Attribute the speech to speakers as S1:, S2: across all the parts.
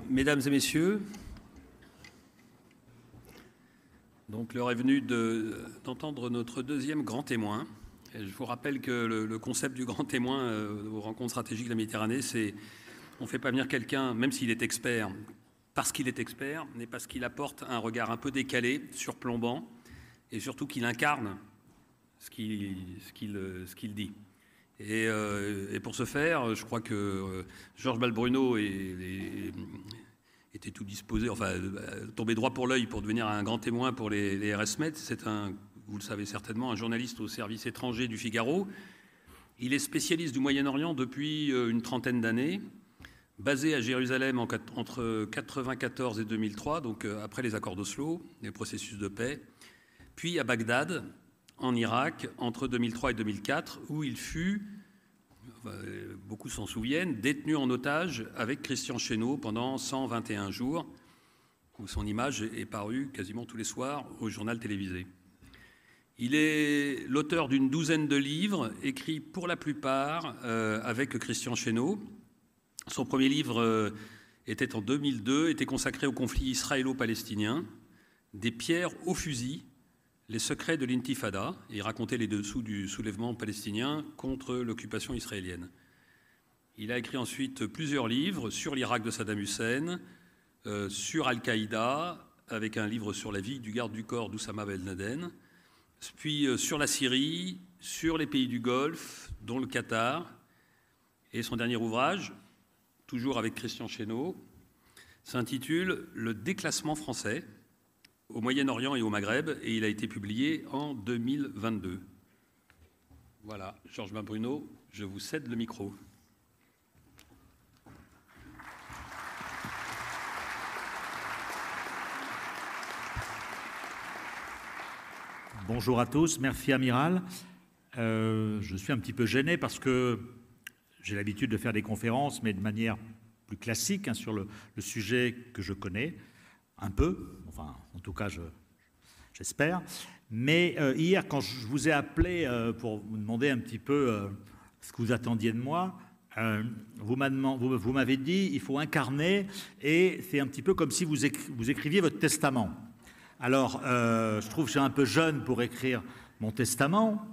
S1: Mesdames et messieurs, donc l'heure est venue d'entendre notre deuxième grand témoin. Et je vous rappelle que le concept du grand témoin aux rencontres stratégiques de la Méditerranée, c'est on ne fait pas venir quelqu'un, même s'il est expert, parce qu'il est expert, mais parce qu'il apporte un regard un peu décalé, surplombant, et surtout qu'il incarne ce qu'il dit. Et pour ce faire, je crois que Georges Balbruno était tout disposé, enfin, tombé droit pour l'œil pour devenir un grand témoin pour les RS-Med. C'est vous le savez certainement, un journaliste au service étranger du Figaro. Il est spécialiste du Moyen-Orient depuis une trentaine d'années, basé à Jérusalem entre 1994 et 2003, donc après les accords d'Oslo, les processus de paix, puis à Bagdad, en Irak, entre 2003 et 2004, où il fut, beaucoup s'en souviennent, détenu en otage avec Christian Chesneau pendant 121 jours, où son image est parue quasiment tous les soirs au journal télévisé. Il est l'auteur d'une douzaine de livres, écrits pour la plupart avec Christian Chesneau. Son premier livre était en 2002, était consacré au conflit israélo-palestinien, des pierres au fusil, les secrets de l'intifada, et racontait les dessous du soulèvement palestinien contre l'occupation israélienne. Il a écrit ensuite plusieurs livres sur l'Irak de Saddam Hussein, sur Al-Qaïda, avec un livre sur la vie du garde du corps d'Oussama Ben Laden, puis sur la Syrie, sur les pays du Golfe, dont le Qatar, et son dernier ouvrage, toujours avec Christian Chesneau, s'intitule « Le déclassement français » au Moyen-Orient et au Maghreb, et il a été publié en 2022. Voilà, Georges Balbruno, je vous cède le micro.
S2: Bonjour à tous, merci Amiral. Je suis un petit peu gêné parce que j'ai l'habitude de faire des conférences, mais de manière plus classique, sur le sujet que je connais. Un peu, enfin, en tout cas, j'espère. Mais hier, quand je vous ai appelé pour vous demander un petit peu ce que vous attendiez de moi, vous m'avez dit il faut incarner, et c'est un petit peu comme si vous écriviez votre testament. Alors, je trouve que je suis un peu jeune pour écrire mon testament.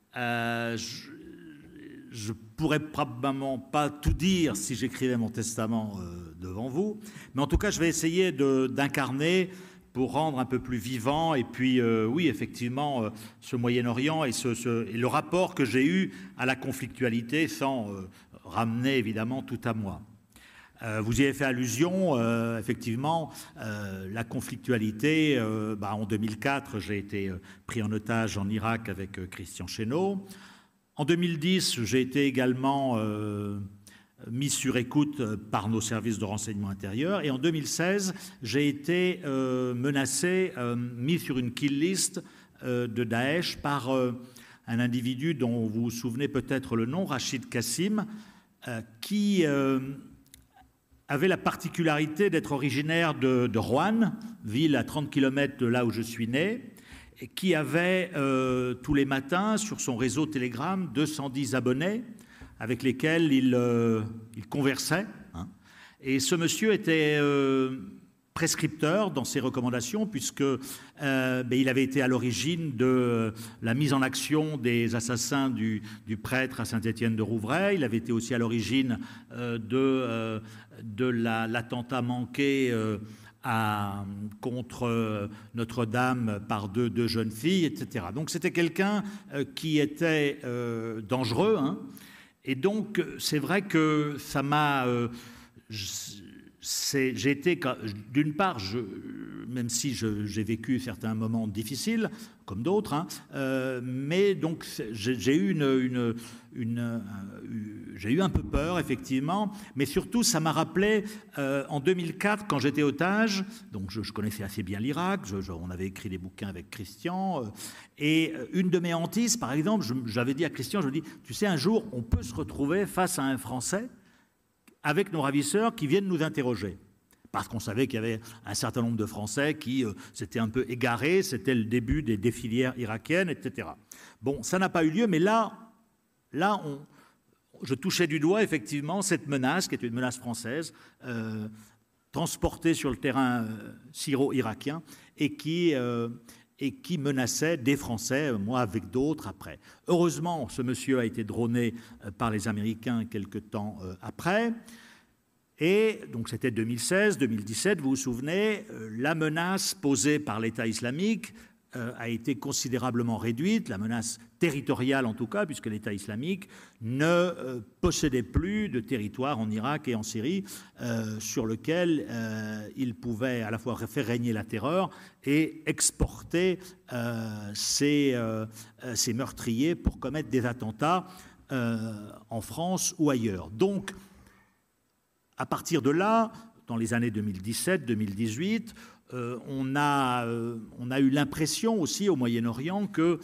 S2: Je ne pourrais probablement pas tout dire si j'écrivais mon testament devant vous, mais en tout cas, je vais essayer d'incarner pour rendre un peu plus vivant, et puis, oui, effectivement, ce Moyen-Orient et le rapport que j'ai eu à la conflictualité sans ramener, évidemment, tout à moi. Vous y avez fait allusion, effectivement, la conflictualité. En 2004, j'ai été pris en otage en Irak avec Christian Chesneau. En 2010, j'ai été également mis sur écoute par nos services de renseignement intérieur. Et en 2016, j'ai été menacé, mis sur une kill list de Daesh par un individu dont vous vous souvenez peut-être le nom, Rachid Kassim, qui avait la particularité d'être originaire de Roanne, ville à 30 km de là où je suis né, et qui avait tous les matins sur son réseau Telegram 210 abonnés avec lesquels il conversait. Et ce monsieur était prescripteur dans ses recommandations puisque il avait été à l'origine de la mise en action des assassins du prêtre à Saint-Étienne-de-Rouvray. Il avait été aussi à l'origine de l'attentat manqué contre Notre-Dame par deux jeunes filles, etc. Donc c'était quelqu'un qui était dangereux. Et donc c'est vrai que ça m'a... j'ai été, d'une part, même si j'ai vécu certains moments difficiles, comme d'autres, mais donc j'ai eu j'ai eu un peu peur, effectivement, mais surtout ça m'a rappelé en 2004, quand j'étais otage, donc je connaissais assez bien l'Irak, on avait écrit des bouquins avec Christian, et une de mes hantises, par exemple, j'avais dit à Christian, je lui ai dit, tu sais, un jour, on peut se retrouver face à un Français avec nos ravisseurs qui viennent nous interroger. Parce qu'on savait qu'il y avait un certain nombre de Français qui s'étaient un peu égarés, c'était le début des défilières irakiennes, etc. Bon, ça n'a pas eu lieu, mais là je touchais du doigt, effectivement, cette menace, qui est une menace française, transportés sur le terrain syro-irakien et qui menaçait des Français, moi avec d'autres après. Heureusement, ce monsieur a été droné par les Américains quelque temps après. Et donc c'était 2016, 2017, vous vous souvenez, la menace posée par l'État islamique a été considérablement réduite, la menace territoriale en tout cas, puisque l'État islamique ne possédait plus de territoire en Irak et en Syrie sur lequel il pouvait à la fois faire régner la terreur et exporter ses meurtriers pour commettre des attentats en France ou ailleurs. Donc, à partir de là, dans les années 2017-2018, on a eu l'impression aussi au Moyen-Orient que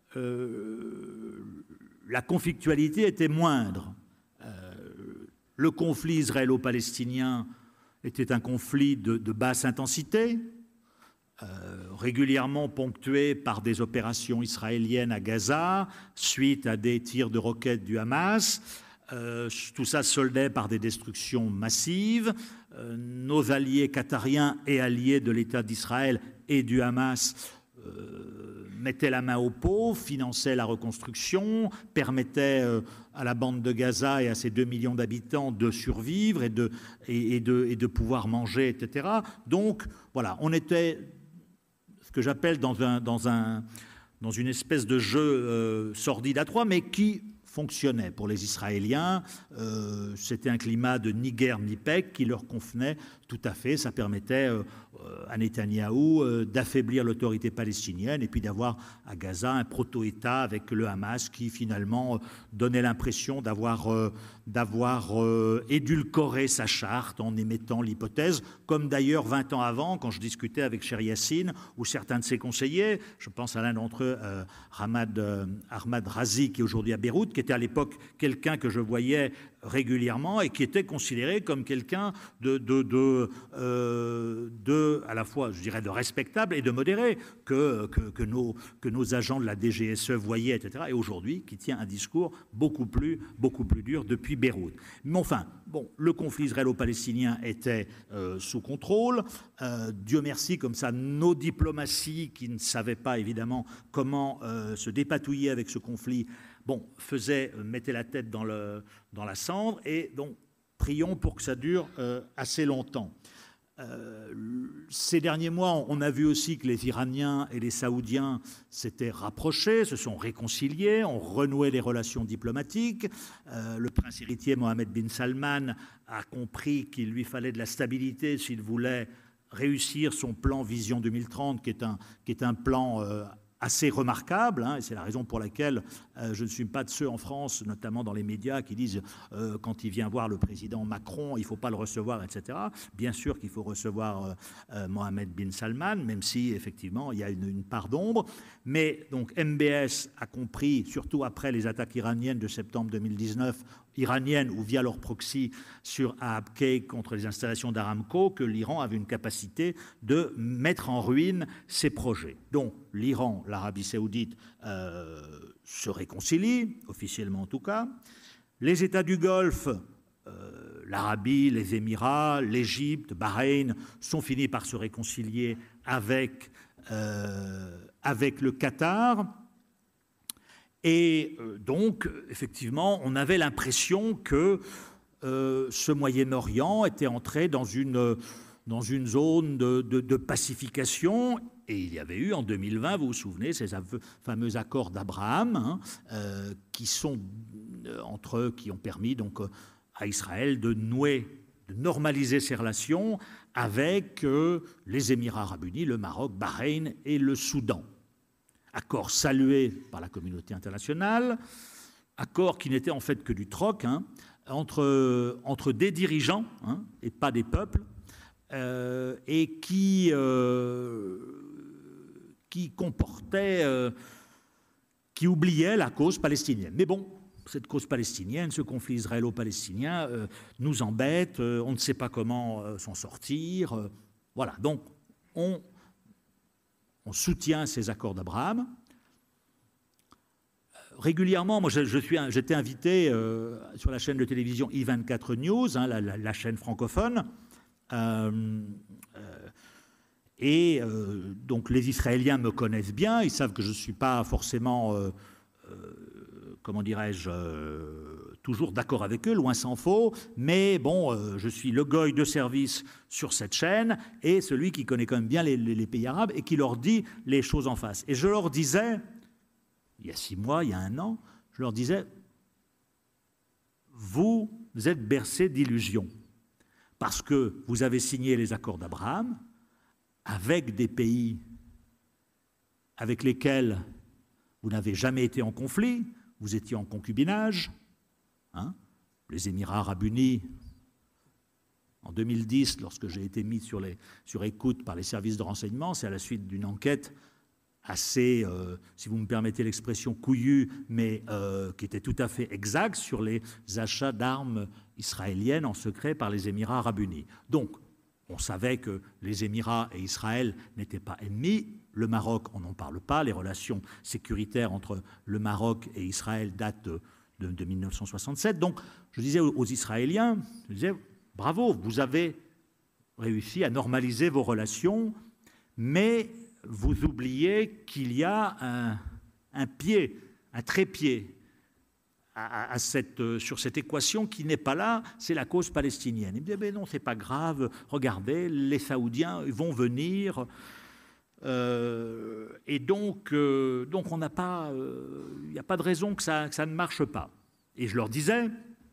S2: la conflictualité était moindre. Le conflit israélo-palestinien était un conflit de basse intensité, régulièrement ponctué par des opérations israéliennes à Gaza, suite à des tirs de roquettes du Hamas. Tout ça soldait par des destructions massives. Nos alliés qatariens et alliés de l'État d'Israël et du Hamas mettaient la main au pot, finançaient la reconstruction, permettaient à la bande de Gaza et à ses 2 millions d'habitants de survivre et de pouvoir manger, etc. Donc, voilà, on était, ce que j'appelle dans une espèce de jeu sordide à trois, mais qui fonctionnait pour les Israéliens. C'était un climat de ni guerre ni paix qui leur convenait tout à fait. Ça permettait à Netanyahou d'affaiblir l'autorité palestinienne et puis d'avoir à Gaza un proto-État avec le Hamas qui finalement donnait l'impression d'avoir édulcoré sa charte en émettant l'hypothèse, comme d'ailleurs 20 ans avant, quand je discutais avec Sher Yassine ou certains de ses conseillers, je pense à l'un d'entre eux, Ahmad Razi, qui est aujourd'hui à Beyrouth, qui était à l'époque quelqu'un que je voyais régulièrement et qui était considéré comme quelqu'un de à la fois, je dirais, de respectable et de modéré que nos agents de la DGSE voyaient, etc. Et aujourd'hui, qui tient un discours beaucoup plus dur depuis Beyrouth. Mais enfin, bon, le conflit israélo-palestinien était sous contrôle. Dieu merci, comme ça, nos diplomaties, qui ne savaient pas évidemment comment se dépatouiller avec ce conflit, mettaient la tête dans la cendre, et donc prions pour que ça dure assez longtemps. Ces derniers mois, on a vu aussi que les Iraniens et les Saoudiens s'étaient rapprochés, se sont réconciliés, ont renoué les relations diplomatiques. Le prince héritier Mohammed bin Salman a compris qu'il lui fallait de la stabilité s'il voulait réussir son plan Vision 2030, qui est un plan assez remarquable, et c'est la raison pour laquelle je ne suis pas de ceux en France, notamment dans les médias, qui disent quand il vient voir le président Macron, il ne faut pas le recevoir, etc. Bien sûr qu'il faut recevoir Mohammed bin Salman, même si effectivement il y a une part d'ombre. Mais donc MBS a compris, surtout après les attaques iraniennes de septembre 2019, iraniennes ou via leur proxy sur Abqaiq contre les installations d'Aramco, que l'Iran avait une capacité de mettre en ruine ses projets. Donc l'Iran, l'Arabie saoudite se réconcilient, officiellement en tout cas. Les États du Golfe, l'Arabie, les Émirats, l'Égypte, Bahreïn, sont finis par se réconcilier avec le Qatar. Et donc, effectivement, on avait l'impression que ce Moyen-Orient était entré dans une zone de pacification. Et il y avait eu en 2020, vous vous souvenez, ces fameux accords d'Abraham, qui ont permis donc à Israël de normaliser ses relations avec les Émirats arabes unis, le Maroc, Bahreïn et le Soudan. Accord salué par la communauté internationale, accord qui n'était en fait que du troc entre des dirigeants et pas des peuples, et qui comportait, qui oubliait la cause palestinienne. Mais bon, cette cause palestinienne, ce conflit israélo-palestinien nous embête, on ne sait pas comment s'en sortir. Voilà, donc on soutient ces accords d'Abraham. Régulièrement, moi j'étais invité sur la chaîne de télévision I24 News, la chaîne francophone, Donc les Israéliens me connaissent bien, ils savent que je ne suis pas forcément, comment dirais-je, toujours d'accord avec eux, loin s'en faut, mais bon, je suis le goy de service sur cette chaîne et celui qui connaît quand même bien les pays arabes et qui leur dit les choses en face. Et je leur disais, il y a 6 mois, il y a 1 an, je leur disais, vous êtes bercés d'illusions parce que vous avez signé les accords d'Abraham avec des pays avec lesquels vous n'avez jamais été en conflit, vous étiez en concubinage. Les Émirats arabes unis, en 2010, lorsque j'ai été mis sur écoute par les services de renseignement, c'est à la suite d'une enquête assez, si vous me permettez l'expression, couillue, mais qui était tout à fait exacte sur les achats d'armes israéliennes en secret par les Émirats arabes unis. Donc, on savait que les Émirats et Israël n'étaient pas ennemis. Le Maroc, on n'en parle pas. Les relations sécuritaires entre le Maroc et Israël datent de 1967. Donc, je disais aux Israéliens, je disais, bravo, vous avez réussi à normaliser vos relations, mais vous oubliez qu'il y a un pied, un trépied sur cette équation qui n'est pas là, c'est la cause palestinienne. Ils me disaient, mais non, c'est pas grave, regardez, les Saoudiens vont venir. Et donc on n'a pas, il n'y a pas de raison que ça ne marche pas. Et je leur disais,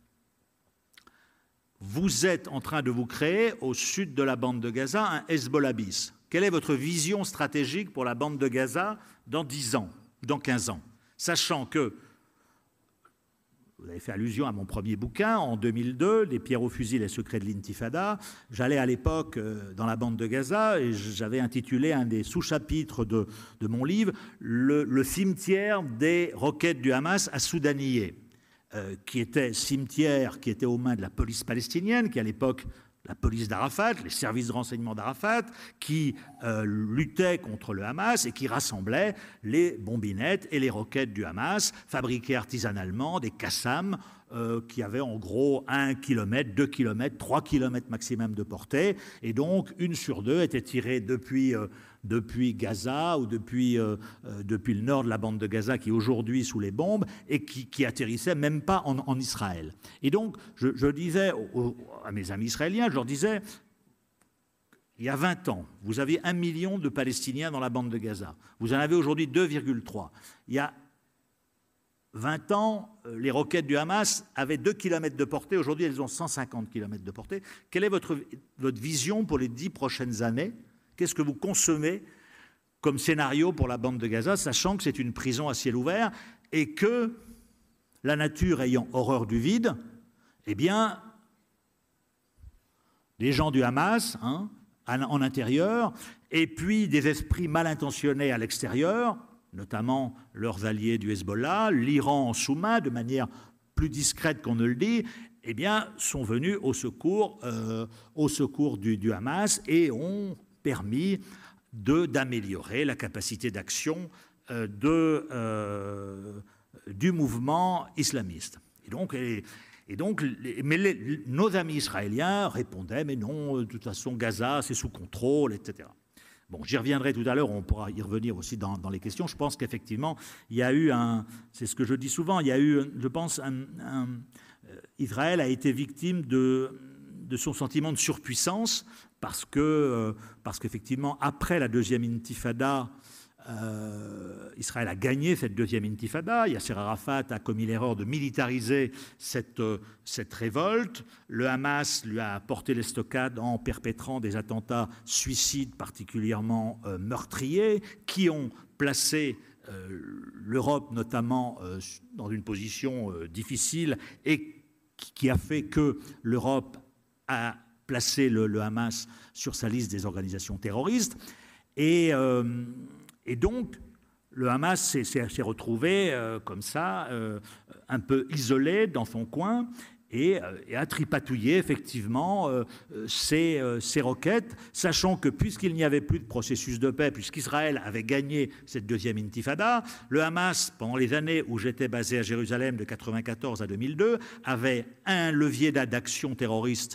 S2: vous êtes en train de vous créer au sud de la bande de Gaza un Hezbollah bis. Quelle est votre vision stratégique pour la bande de Gaza dans 10 ans, dans 15 ans, sachant que vous avez fait allusion à mon premier bouquin, en 2002, Les pierres au fusil, les secrets de l'intifada. J'allais à l'époque dans la bande de Gaza et j'avais intitulé un des sous-chapitres de mon livre « Le cimetière des roquettes du Hamas à Soudaniye », qui était cimetière qui était aux mains de la police palestinienne, qui à l'époque, la police d'Arafat, les services de renseignement d'Arafat, qui luttaient contre le Hamas et qui rassemblaient les bombinettes et les roquettes du Hamas, fabriquées artisanalement, des Qassam, qui avaient en gros 1 km, 2 km, 3 km maximum de portée. Et donc, 1 sur 2 était tirée depuis Gaza ou depuis le nord de la bande de Gaza qui est aujourd'hui sous les bombes et qui atterrissait même pas en Israël. Et donc, je disais à mes amis israéliens, je leur disais, il y a 20 ans, vous aviez 1 million de Palestiniens dans la bande de Gaza. Vous en avez aujourd'hui 2,3. Il y a 20 ans, les roquettes du Hamas avaient 2 km de portée. Aujourd'hui, elles ont 150 km de portée. Quelle est votre vision pour les 10 prochaines années ? Qu'est-ce que vous consommez comme scénario pour la bande de Gaza, sachant que c'est une prison à ciel ouvert et que la nature ayant horreur du vide, eh bien, les gens du Hamas, en intérieur, et puis des esprits mal intentionnés à l'extérieur, notamment leurs alliés du Hezbollah, l'Iran en sous-main, de manière plus discrète qu'on ne le dit, eh bien, sont venus au secours du Hamas et ont permis d'améliorer la capacité d'action du mouvement islamiste. Nos amis israéliens répondaient, mais non, de toute façon, Gaza, c'est sous contrôle, etc. Bon, j'y reviendrai tout à l'heure, on pourra y revenir aussi dans les questions. Je pense qu'effectivement, il y a eu c'est ce que je dis souvent, il y a eu, je pense, Israël a été victime de son sentiment de surpuissance parce qu'effectivement, après la deuxième intifada, Israël a gagné cette deuxième intifada. Yasser Arafat a commis l'erreur de militariser cette révolte. Le Hamas lui a porté l'estocade en perpétrant des attentats suicides particulièrement meurtriers qui ont placé l'Europe notamment dans une position difficile et qui a fait que l'Europe a placé le Hamas sur sa liste des organisations terroristes. Et donc, le Hamas s'est retrouvé comme ça, un peu isolé dans son coin, et a tripatouillé effectivement ses roquettes, sachant que puisqu'il n'y avait plus de processus de paix, puisqu'Israël avait gagné cette deuxième intifada, le Hamas, pendant les années où j'étais basé à Jérusalem de 1994 à 2002, avait un levier d'action terroriste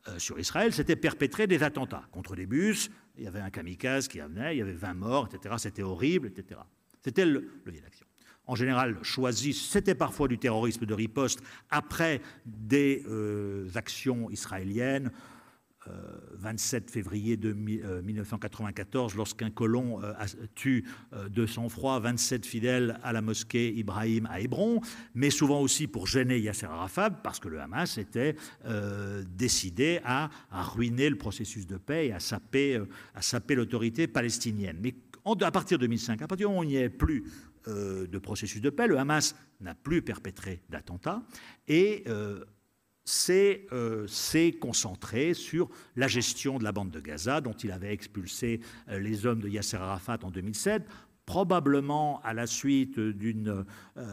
S2: sur Israël, c'était perpétrer des attentats contre des bus. Il y avait un kamikaze qui venait, il y avait 20 morts, etc. C'était horrible, etc. C'était le levier d'action. En général, choisi, c'était parfois du terrorisme de riposte après des actions israéliennes. 27 février 1994, lorsqu'un colon tue de sang-froid 27 fidèles à la mosquée Ibrahim à Hébron, mais souvent aussi pour gêner Yasser Arafat, parce que le Hamas était décidé à ruiner le processus de paix et à saper l'autorité palestinienne. Mais à partir de 2005, à partir du moment où il n'y avait plus de processus de paix, le Hamas n'a plus perpétré d'attentats et s'est concentré sur la gestion de la bande de Gaza, dont il avait expulsé les hommes de Yasser Arafat en 2007, probablement à la suite d'une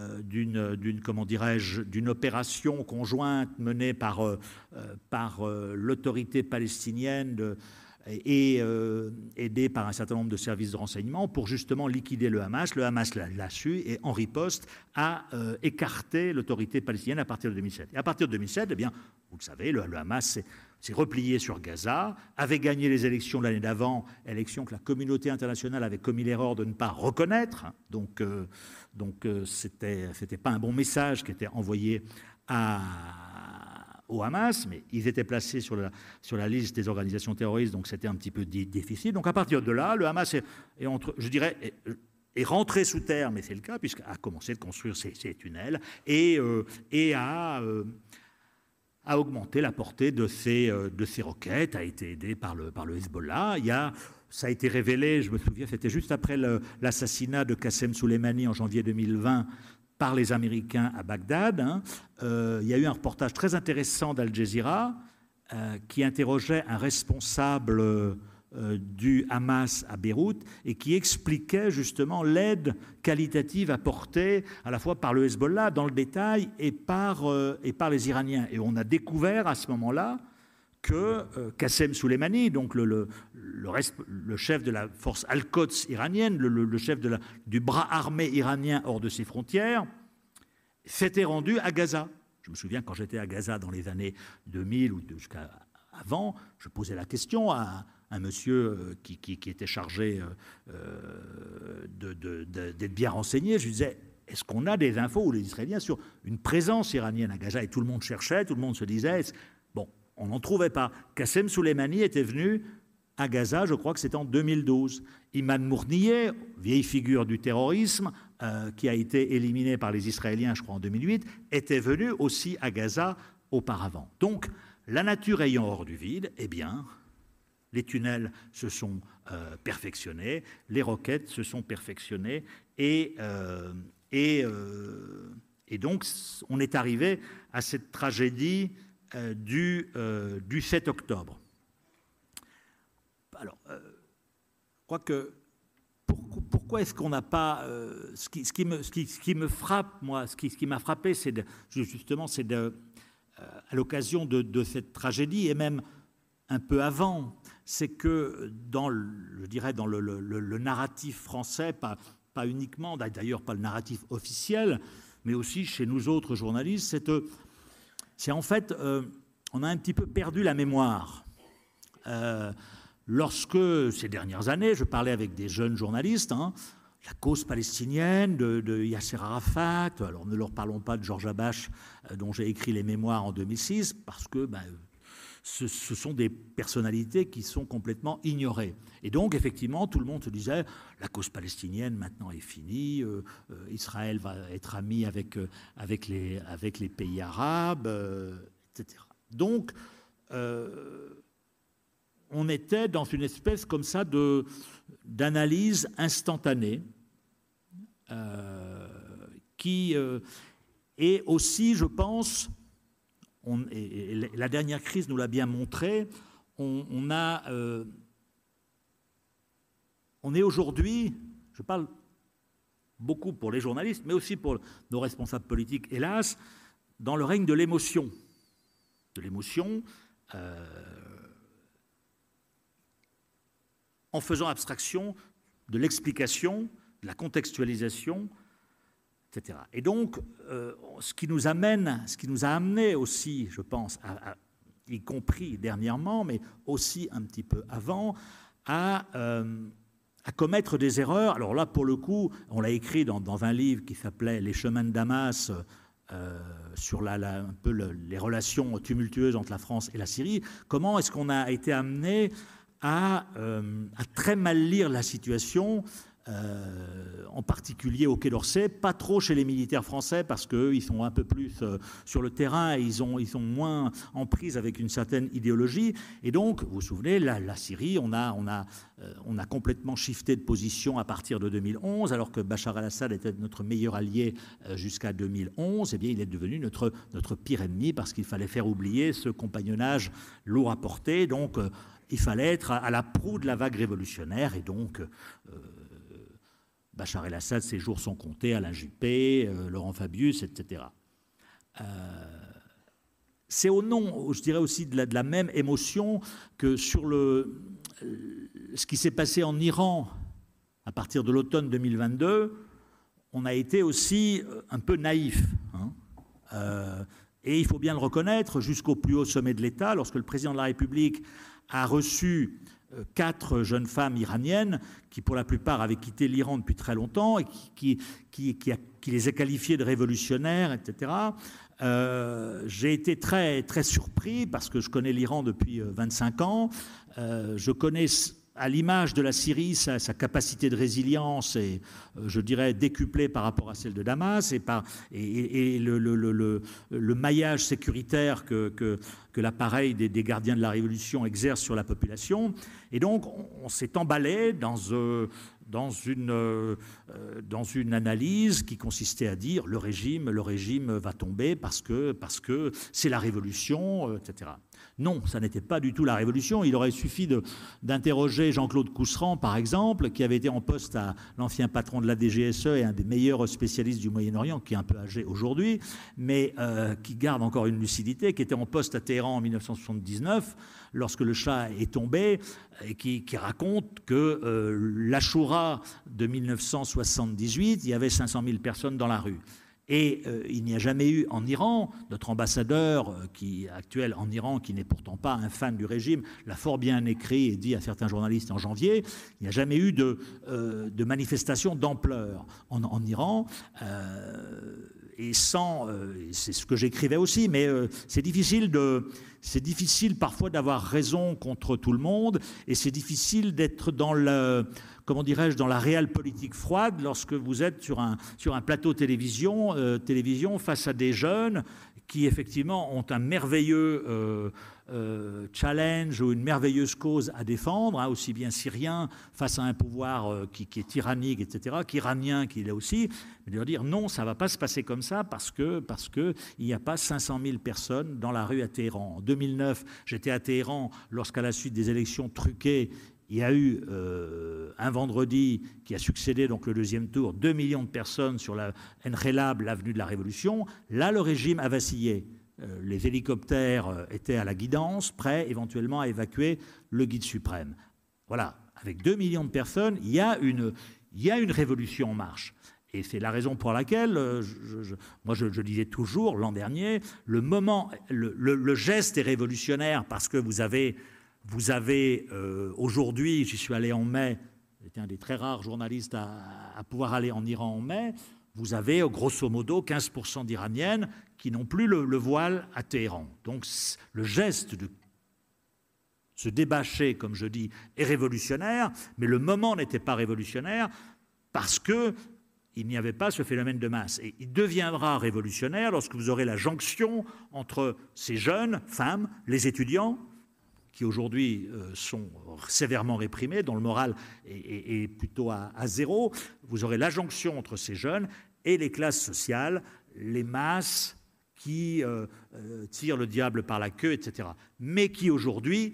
S2: opération conjointe menée par l'autorité palestinienne et aidé par un certain nombre de services de renseignement pour justement liquider le Hamas. Le Hamas l'a su et en riposte a écarté l'autorité palestinienne à partir de 2007. Et à partir de 2007, eh bien, vous le savez, le Hamas s'est replié sur Gaza, avait gagné les élections l'année d'avant, élections que la communauté internationale avait commis l'erreur de ne pas reconnaître. Donc c'était pas un bon message qui était envoyé au Hamas, mais ils étaient placés sur la liste des organisations terroristes, donc c'était un petit peu difficile. Donc à partir de là, le Hamas est rentré sous terre, mais c'est le cas, puisqu'il a commencé de construire ses tunnels et a augmenté la portée de ses roquettes, a été aidé par le Hezbollah. Ça a été révélé, je me souviens, c'était juste après l'assassinat de Qassem Soleimani en janvier 2020, par les Américains à Bagdad. Il y a eu un reportage très intéressant d'Al Jazeera qui interrogeait un responsable du Hamas à Beyrouth et qui expliquait justement l'aide qualitative apportée à la fois par le Hezbollah dans le détail et par les Iraniens. Et on a découvert à ce moment-là que Qassem Soleimani, donc le chef de la force Al-Quds iranienne, le chef du bras armé iranien hors de ses frontières, s'était rendu à Gaza. Je me souviens quand j'étais à Gaza dans les années 2000 ou jusqu'à avant, je posais la question à un monsieur qui était chargé d'être bien renseigné. Je lui disais, est-ce qu'on a des infos, ou les Israéliens, sur une présence iranienne à Gaza? Et tout le monde cherchait, tout le monde se disait, bon, on n'en trouvait pas. Qassem Soleimani était venu à Gaza, je crois que c'était en 2012. Imad Mournieh, vieille figure du terrorisme, qui a été éliminé par les Israéliens, je crois, en 2008, était venu aussi à Gaza auparavant. Donc, la nature ayant hors du vide, eh bien, les tunnels se sont perfectionnés, les roquettes se sont perfectionnées, et donc, on est arrivé à cette tragédie du 7 octobre. Alors, je crois que pourquoi est-ce qu'on n'a pas ce qui me frappe, moi, ce qui m'a frappé, c'est justement, à l'occasion de cette tragédie et même un peu avant, c'est que je dirais dans le narratif français, pas uniquement, d'ailleurs pas le narratif officiel, mais aussi chez nous autres journalistes, c'est en fait, on a un petit peu perdu la mémoire. Lorsque, ces dernières années, je parlais avec des jeunes journalistes, la cause palestinienne de Yasser Arafat, alors ne leur parlons pas de Georges Habash, dont j'ai écrit les mémoires en 2006, parce que ce sont des personnalités qui sont complètement ignorées. Et donc, effectivement, tout le monde se disait, la cause palestinienne, maintenant, est finie, Israël va être ami avec les pays arabes, etc. Donc, on était dans une espèce comme ça d'analyse instantanée qui est aussi, je pense, et la dernière crise nous l'a bien montré, on est aujourd'hui, je parle beaucoup pour les journalistes, mais aussi pour nos responsables politiques, hélas, dans le règne de l'émotion. En faisant abstraction de l'explication, de la contextualisation, etc. Et donc, ce qui nous a amené aussi, je pense, y compris dernièrement, mais aussi un petit peu avant, à commettre des erreurs. Alors là, pour le coup, on l'a écrit dans un livre qui s'appelait « Les chemins de Damas », sur un peu les relations tumultueuses entre la France et la Syrie. Comment est-ce qu'on a été amené à très mal lire la situation, en particulier au Quai d'Orsay, pas trop chez les militaires français parce qu'eux, ils sont un peu plus sur le terrain et ils sont moins en prise avec une certaine idéologie. Et donc, vous vous souvenez, la Syrie, on a complètement shifté de position à partir de 2011, alors que Bachar el-Assad était notre meilleur allié jusqu'à 2011. Eh bien, il est devenu notre pire ennemi parce qu'il fallait faire oublier ce compagnonnage lourd à porter. Donc, il fallait être à la proue de la vague révolutionnaire et donc Bachar el-Assad, ses jours sont comptés, Alain Juppé, Laurent Fabius, etc. C'est au nom, je dirais aussi, de la même émotion que sur ce qui s'est passé en Iran à partir de l'automne 2022, on a été aussi un peu naïf. Et il faut bien le reconnaître, jusqu'au plus haut sommet de l'État, lorsque le président de la République a reçu 4 jeunes femmes iraniennes qui, pour la plupart, avaient quitté l'Iran depuis très longtemps et qui les a qualifiées de révolutionnaires, etc. J'ai été très, très surpris parce que je connais l'Iran depuis 25 ans. Je connais, à l'image de la Syrie, sa capacité de résilience est, je dirais, décuplée par rapport à celle de Damas et le maillage sécuritaire que l'appareil des gardiens de la Révolution exerce sur la population. Et donc, on s'est emballé dans une analyse qui consistait à dire le régime va tomber parce que c'est la Révolution, etc. Non, ça n'était pas du tout la Révolution. Il aurait suffi d'interroger Jean-Claude Cousseran, par exemple, qui avait été en poste à l'ancien patron de la DGSE et un des meilleurs spécialistes du Moyen-Orient, qui est un peu âgé aujourd'hui, mais qui garde encore une lucidité, qui était en poste à Téhéran en 1979, lorsque le Shah est tombé, et qui raconte que l'Achoura de 1978, il y avait 500 000 personnes dans la rue. Et il n'y a jamais eu en Iran, notre ambassadeur actuel en Iran, qui n'est pourtant pas un fan du régime, l'a fort bien écrit et dit à certains journalistes en janvier, il n'y a jamais eu de manifestation d'ampleur en Iran. Et c'est ce que j'écrivais aussi, mais c'est difficile parfois d'avoir raison contre tout le monde, et c'est difficile d'être dans dans la réelle politique froide lorsque vous êtes sur un plateau télévision face à des jeunes qui effectivement ont un merveilleux challenge ou une merveilleuse cause à défendre, aussi bien syrien face à un pouvoir qui est tyrannique, etc., qu'iranien qu'il est aussi, mais de leur dire non, ça ne va pas se passer comme ça parce que il n'y a pas 500 000 personnes dans la rue à Téhéran. En 2009, j'étais à Téhéran lorsqu'à la suite des élections truquées, il y a eu un vendredi qui a succédé donc le deuxième tour, 2 millions de personnes sur la Enrelab, l'avenue de la Révolution. Là, le régime a vacillé. Les hélicoptères étaient à la guidance, prêts éventuellement à évacuer le guide suprême. Voilà, avec 2 millions de personnes, il y a une révolution en marche. Et c'est la raison pour laquelle, je disais toujours l'an dernier, le geste est révolutionnaire parce que vous avez aujourd'hui, j'y suis allé en mai, j'étais un des très rares journalistes à pouvoir aller en Iran en mai, vous avez grosso modo 15% d'Iraniennes qui n'ont plus le voile à Téhéran. Donc le geste de se débâcher, comme je dis, est révolutionnaire, mais le moment n'était pas révolutionnaire parce qu'il n'y avait pas ce phénomène de masse. Et il deviendra révolutionnaire lorsque vous aurez la jonction entre ces jeunes femmes, les étudiants, qui aujourd'hui sont sévèrement réprimés, dont le moral est plutôt à zéro. Vous aurez la jonction entre ces jeunes et les classes sociales, les masses qui tirent le diable par la queue, etc. Mais qui aujourd'hui,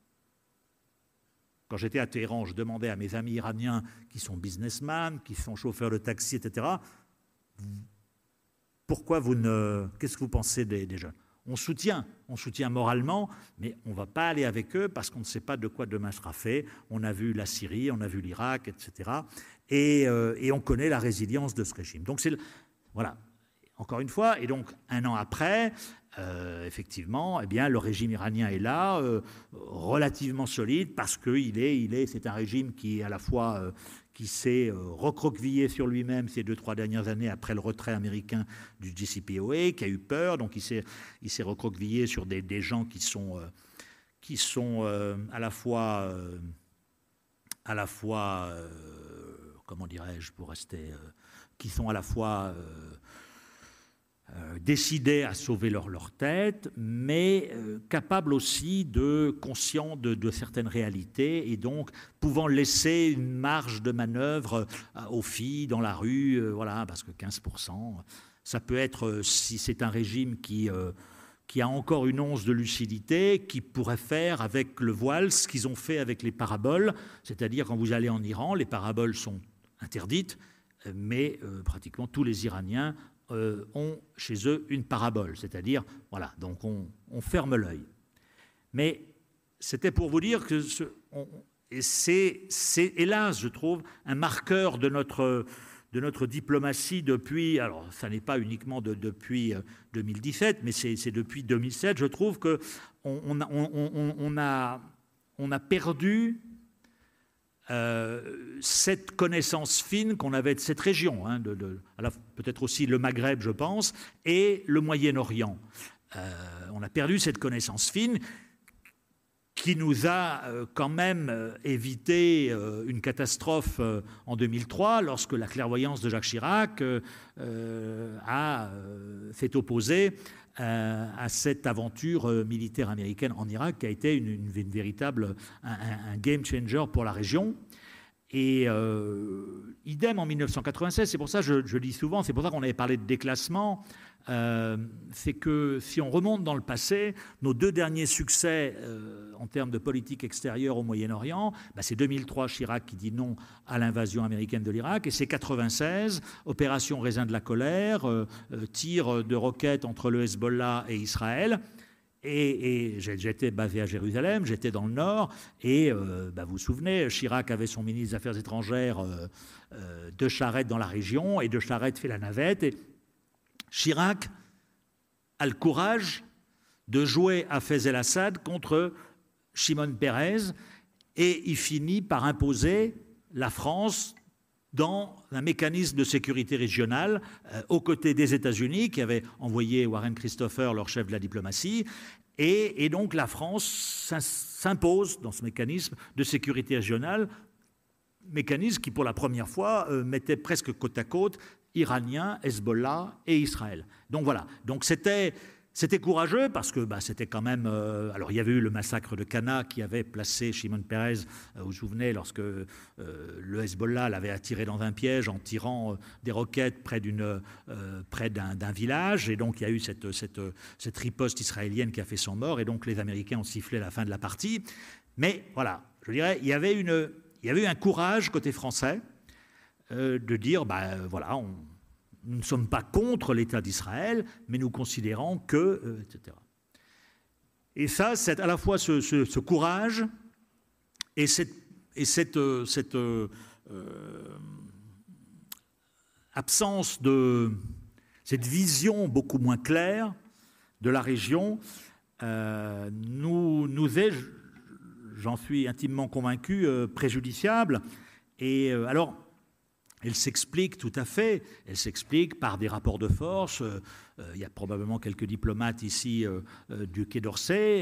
S2: quand j'étais à Téhéran, je demandais à mes amis iraniens qui sont businessmen, qui sont chauffeurs de taxi, etc., qu'est-ce que vous pensez des jeunes ? On soutient moralement, mais on ne va pas aller avec eux parce qu'on ne sait pas de quoi demain sera fait. On a vu la Syrie, on a vu l'Irak, etc. Et on connaît la résilience de ce régime. Donc voilà, encore une fois, et donc un an après, effectivement, eh bien, le régime iranien est là, relativement solide, parce que c'est un régime qui, à la fois, qui s'est recroquevillé sur lui-même ces 2-3 dernières années après le retrait américain du JCPOA, qui a eu peur, donc il s'est recroquevillé sur des gens qui sont à la fois comment dirais-je, pour rester, qui sont à la fois décidés à sauver leur tête, mais capables aussi conscients de certaines réalités, et donc pouvant laisser une marge de manœuvre aux filles dans la rue, voilà, parce que 15%, ça peut être, si c'est un régime qui a encore une once de lucidité, qui pourrait faire avec le voile ce qu'ils ont fait avec les paraboles, c'est-à-dire quand vous allez en Iran, les paraboles sont interdites, mais pratiquement tous les Iraniens ont chez eux une parabole, c'est-à-dire, voilà, donc on ferme l'œil. Mais c'était pour vous dire que c'est hélas, je trouve, un marqueur de notre diplomatie depuis, alors ça n'est pas uniquement depuis 2017, mais c'est depuis 2007, je trouve qu'on a perdu cette connaissance fine qu'on avait de cette région, hein, peut-être aussi le Maghreb, je pense, et le Moyen-Orient. On a perdu cette connaissance fine qui nous a quand même évité une catastrophe en 2003, lorsque la clairvoyance de Jacques Chirac s'est opposée à cette aventure militaire américaine en Irak, qui a été une véritable un game changer pour la région. Et idem en 1996, c'est pour ça que je dis souvent, c'est pour ça qu'on avait parlé de déclassement, c'est que si on remonte dans le passé, nos 2 derniers succès en termes de politique extérieure au Moyen-Orient, c'est 2003, Chirac qui dit non à l'invasion américaine de l'Irak, et c'est 96, opération Raisin de la colère, tir de roquettes entre le Hezbollah et Israël. Et j'étais basé à Jérusalem, j'étais dans le Nord, et vous vous souvenez, Chirac avait son ministre des Affaires étrangères de Charette dans la région, et de Charette fait la navette, et Chirac a le courage de jouer à Fez el-Assad contre Shimon Peres, et il finit par imposer la France dans un mécanisme de sécurité régionale aux côtés des États-Unis, qui avaient envoyé Warren Christopher, leur chef de la diplomatie, et donc la France s'impose dans ce mécanisme de sécurité régionale, mécanisme qui, pour la première fois, mettait presque côte à côte Iraniens, Hezbollah et Israël. Donc voilà, donc c'était courageux parce que c'était quand même... alors il y avait eu le massacre de Cana qui avait placé Shimon Peres, vous vous souvenez, lorsque le Hezbollah l'avait attiré dans un piège en tirant des roquettes près d'un village, et donc il y a eu cette riposte israélienne qui a fait son mort, et donc les Américains ont sifflé la fin de la partie. Mais voilà, je dirais, il y avait eu un courage côté français de dire, voilà, nous ne sommes pas contre l'État d'Israël, mais nous considérons que, etc. Et ça, c'est à la fois ce courage et cette absence de cette vision beaucoup moins claire de la région nous est, j'en suis intimement convaincu, préjudiciable. Et alors, elle s'explique tout à fait, elle s'explique par des rapports de force. Il y a probablement quelques diplomates ici du Quai d'Orsay.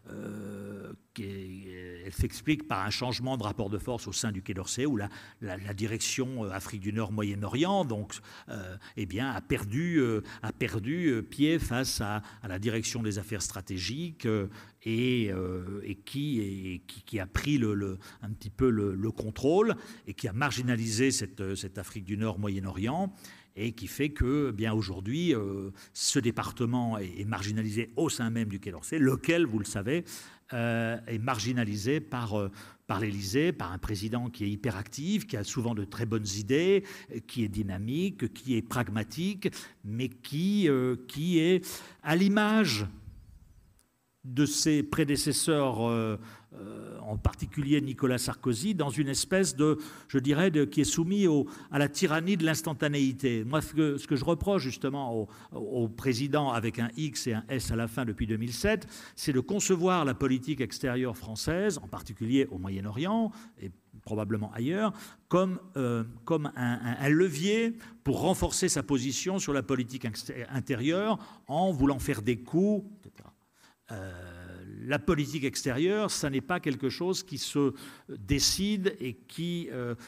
S2: Elle s'explique par un changement de rapport de force au sein du Quai d'Orsay, où la direction Afrique du Nord, Moyen-Orient, donc, a perdu pied face à la direction des affaires stratégiques et qui a pris un petit peu le contrôle, et qui a marginalisé cette Afrique du Nord, Moyen-Orient, et qui fait que, bien aujourd'hui, ce département est marginalisé au sein même du Quai d'Orsay, lequel, vous le savez, est marginalisé par l'Élysée, par un président qui est hyperactif, qui a souvent de très bonnes idées, qui est dynamique, qui est pragmatique, mais qui est à l'image de ses prédécesseurs en particulier Nicolas Sarkozy, dans une espèce de, je dirais, qui est soumis à la tyrannie de l'instantanéité. Moi, ce que je reproche justement au président avec un X et un S à la fin depuis 2007, c'est de concevoir la politique extérieure française, en particulier au Moyen-Orient et probablement ailleurs, comme un levier pour renforcer sa position sur la politique intérieure en voulant faire des coups, etc. La politique extérieure, ça n'est pas quelque chose qui se décide et qui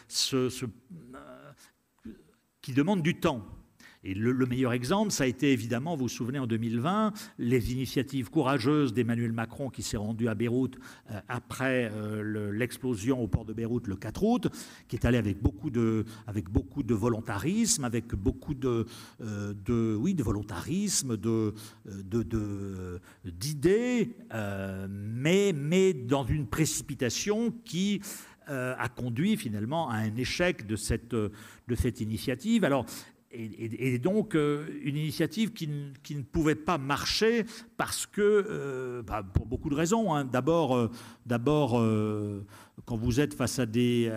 S2: demande du temps. Et le meilleur exemple, ça a été évidemment, vous vous souvenez, en 2020, les initiatives courageuses d'Emmanuel Macron qui s'est rendu à Beyrouth après l'explosion au port de Beyrouth le 4 août, qui est allé avec beaucoup de volontarisme, avec beaucoup de volontarisme, d'idées, mais dans une précipitation qui a conduit finalement à un échec de cette initiative. Alors, et donc, une initiative qui ne pouvait pas marcher parce que, pour beaucoup de raisons. Hein. D'abord, quand vous êtes face à des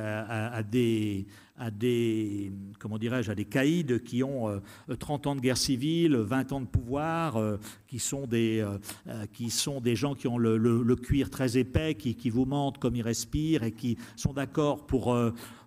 S2: comment dirais-je, à des caïds qui ont 30 ans de guerre civile, 20 ans de pouvoir, qui sont des gens qui ont le cuir très épais, qui vous mentent comme ils respirent et qui sont d'accord pour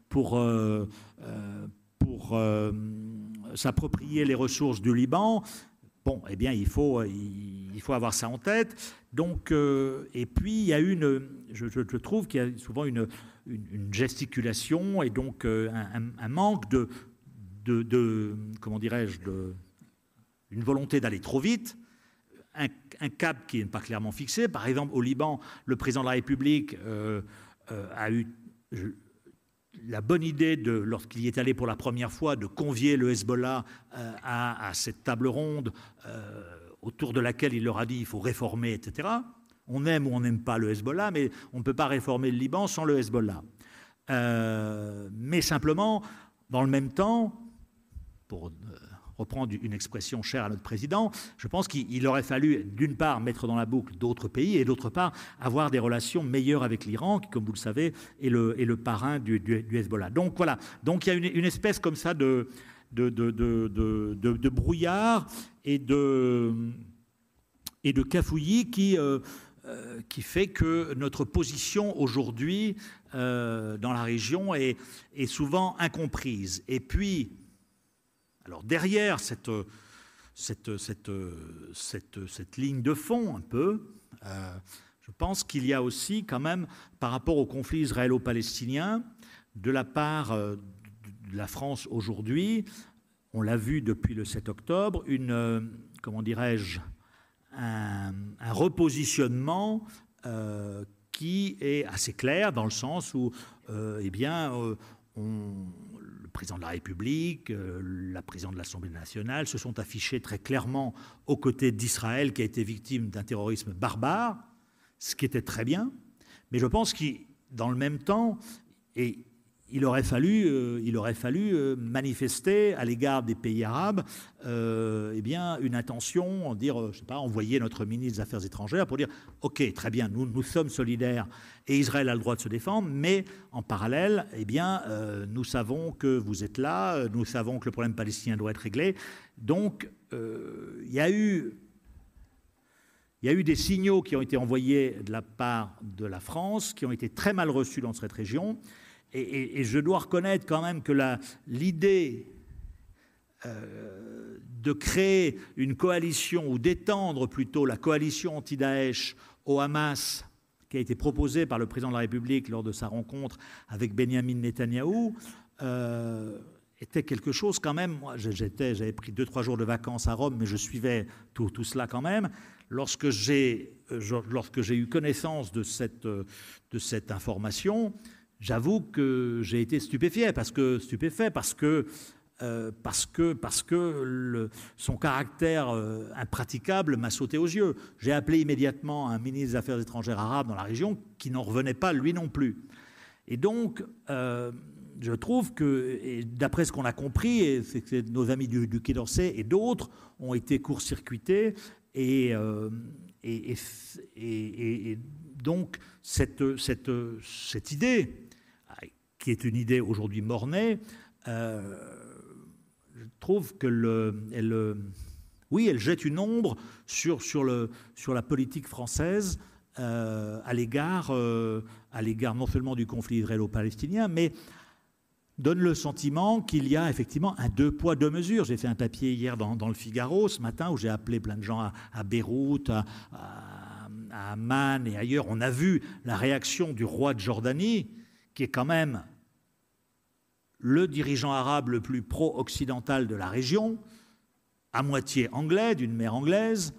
S2: s'approprier les ressources du Liban, bon, eh bien, il faut avoir ça en tête. Donc, et puis, il y a je trouve qu'il y a souvent une gesticulation et donc un manque comment dirais-je, une volonté d'aller trop vite, un cap qui n'est pas clairement fixé. Par exemple, au Liban, le président de la République a eu la bonne idée, lorsqu'il y est allé pour la première fois, de convier le Hezbollah à cette table ronde autour de laquelle il leur a dit il faut réformer, etc. On aime ou on n'aime pas le Hezbollah, mais on ne peut pas réformer le Liban sans le Hezbollah. Mais simplement, dans le même temps, pour reprendre une expression chère à notre président, je pense qu'il aurait fallu, d'une part, mettre dans la boucle d'autres pays et d'autre part, avoir des relations meilleures avec l'Iran, qui, comme vous le savez, est le parrain du Hezbollah. Donc voilà, donc il y a une espèce comme ça de brouillard et de cafouillis qui fait que notre position aujourd'hui dans la région est souvent incomprise. Et puis, alors derrière cette ligne de fond un peu, je pense qu'il y a aussi quand même, par rapport au conflit israélo-palestinien, de la part de la France aujourd'hui, on l'a vu depuis le 7 octobre, comment dirais-je, un repositionnement qui est assez clair dans le sens où, le président de la République, la présidente de l'Assemblée nationale se sont affichés très clairement aux côtés d'Israël qui a été victime d'un terrorisme barbare, ce qui était très bien. Mais je pense que dans le même temps, il aurait fallu manifester à l'égard des pays arabes une intention, dire, je sais pas, envoyer notre ministre des Affaires étrangères pour dire ok, très bien, nous sommes solidaires et Israël a le droit de se défendre, mais en parallèle, nous savons que vous êtes là, nous savons que le problème palestinien doit être réglé. Donc il y a eu des signaux qui ont été envoyés de la part de la France, qui ont été très mal reçus dans cette région. Et je dois reconnaître quand même que l'idée de créer une coalition, ou d'étendre plutôt la coalition anti-Daesh au Hamas, qui a été proposée par le président de la République lors de sa rencontre avec Benyamin Netanyahou, était quelque chose quand même. Moi, j'avais pris 2-3 jours de vacances à Rome, mais je suivais tout cela quand même. Lorsque j'ai eu connaissance de cette information, j'avoue que j'ai été stupéfait parce que son caractère impraticable m'a sauté aux yeux. J'ai appelé immédiatement un ministre des Affaires étrangères arabe dans la région qui n'en revenait pas lui non plus. Et donc, je trouve que, et d'après ce qu'on a compris, c'est que nos amis du Quai d'Orsay et d'autres ont été court-circuités et donc cette idée, qui est une idée aujourd'hui mornée, je trouve qu'elle jette une ombre sur la politique française à l'égard non seulement du conflit israélo-palestinien, mais donne le sentiment qu'il y a effectivement un deux poids, deux mesures. J'ai fait un papier hier dans le Figaro ce matin où j'ai appelé plein de gens à Beyrouth, à Amman et ailleurs. On a vu la réaction du roi de Jordanie, qui est quand même le dirigeant arabe le plus pro-occidental de la région, à moitié anglais, d'une mère anglaise,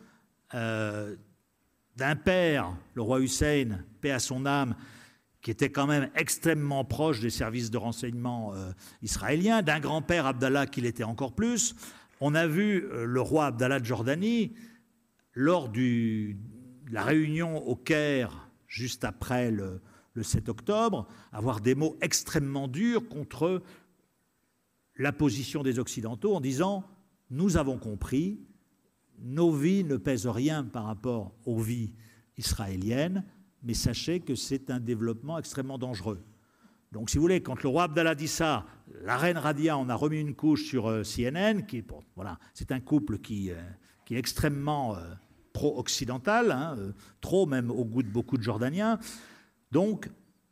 S2: d'un père, le roi Hussein, paix à son âme, qui était quand même extrêmement proche des services de renseignement israéliens, d'un grand-père, Abdallah, qui l'était encore plus. On a vu le roi Abdallah de Jordanie, lors de la réunion au Caire, juste après le 7 octobre, avoir des mots extrêmement durs contre la position des Occidentaux en disant « Nous avons compris, nos vies ne pèsent rien par rapport aux vies israéliennes, mais sachez que c'est un développement extrêmement dangereux. » Donc, si vous voulez, quand le roi Abdallah dit ça, la reine Radia en a remis une couche sur CNN, c'est un couple qui est extrêmement pro-occidental, trop même au goût de beaucoup de Jordaniens. Donc,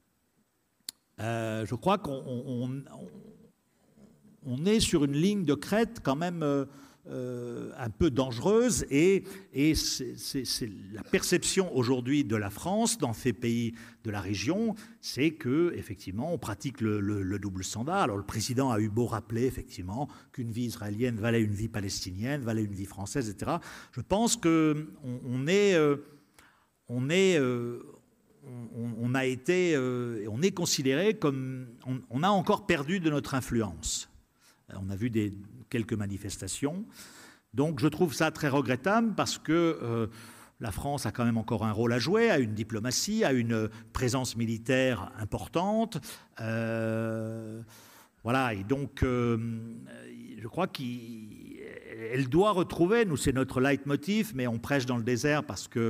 S2: je crois qu'on est sur une ligne de crête quand même un peu dangereuse et c'est la perception aujourd'hui de la France dans ces pays de la région, c'est qu'effectivement on pratique le double standard. Alors le président a eu beau rappeler effectivement qu'une vie israélienne valait une vie palestinienne, valait une vie française, etc. Je pense qu'on est considéré comme on a encore perdu de notre influence. On a vu quelques manifestations. Donc je trouve ça très regrettable parce que la France a quand même encore un rôle à jouer, a une diplomatie, a une présence militaire importante. Voilà, et donc je crois qu'elle doit retrouver, nous c'est notre leitmotiv, mais on prêche dans le désert parce que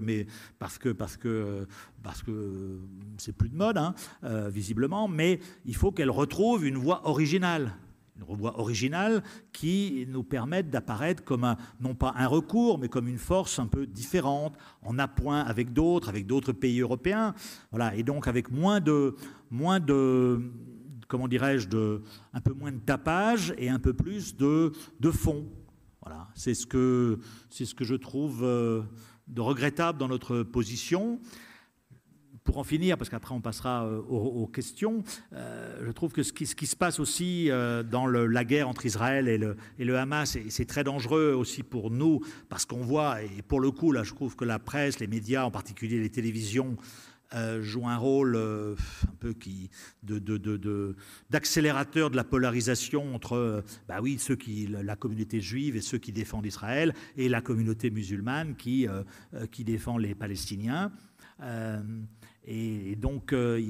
S2: c'est plus de mode, visiblement, mais il faut qu'elle retrouve une voie originale. Une voie originale qui nous permette d'apparaître comme non pas un recours, mais comme une force un peu différente, en appoint avec d'autres pays européens, voilà, et donc avec moins de comment dirais-je, un peu moins de tapage et un peu plus de fond. Voilà, c'est ce que je trouve de regrettable dans notre position. Pour en finir, parce qu'après on passera aux questions, je trouve que ce qui se passe aussi dans la guerre entre Israël et le Hamas, et c'est très dangereux aussi pour nous, parce qu'on voit, et pour le coup, là, je trouve que la presse, les médias, en particulier les télévisions, jouent un rôle un peu d'accélérateur de la polarisation entre la communauté juive et ceux qui défendent Israël, et la communauté musulmane qui défend les Palestiniens. Et donc, il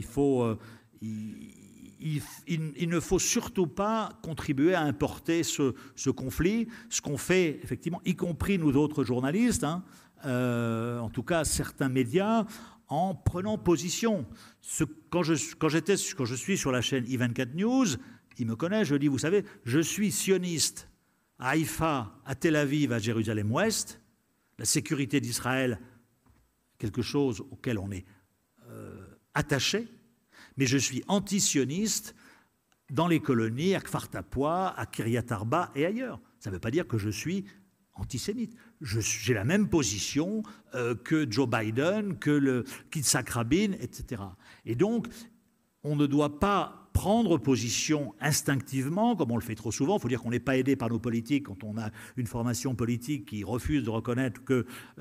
S2: ne faut surtout pas contribuer à importer ce conflit, ce qu'on fait effectivement, y compris nous autres journalistes, en tout cas certains médias, en prenant position. Quand je suis sur la chaîne I24 News, il me connaît, je dis, vous savez, je suis sioniste à Haïfa, à Tel Aviv, à Jérusalem-Ouest, la sécurité d'Israël, quelque chose auquel on est attaché, mais je suis anti-sioniste dans les colonies, à Kfar Tapua, à Kiryat Arba et ailleurs. Ça ne veut pas dire que je suis antisémite. J'ai la même position que Joe Biden, que Yitzhak Rabin, etc. Et donc, on ne doit pas prendre position instinctivement, comme on le fait trop souvent. Il faut dire qu'on n'est pas aidé par nos politiques quand on a une formation politique qui refuse de reconnaître que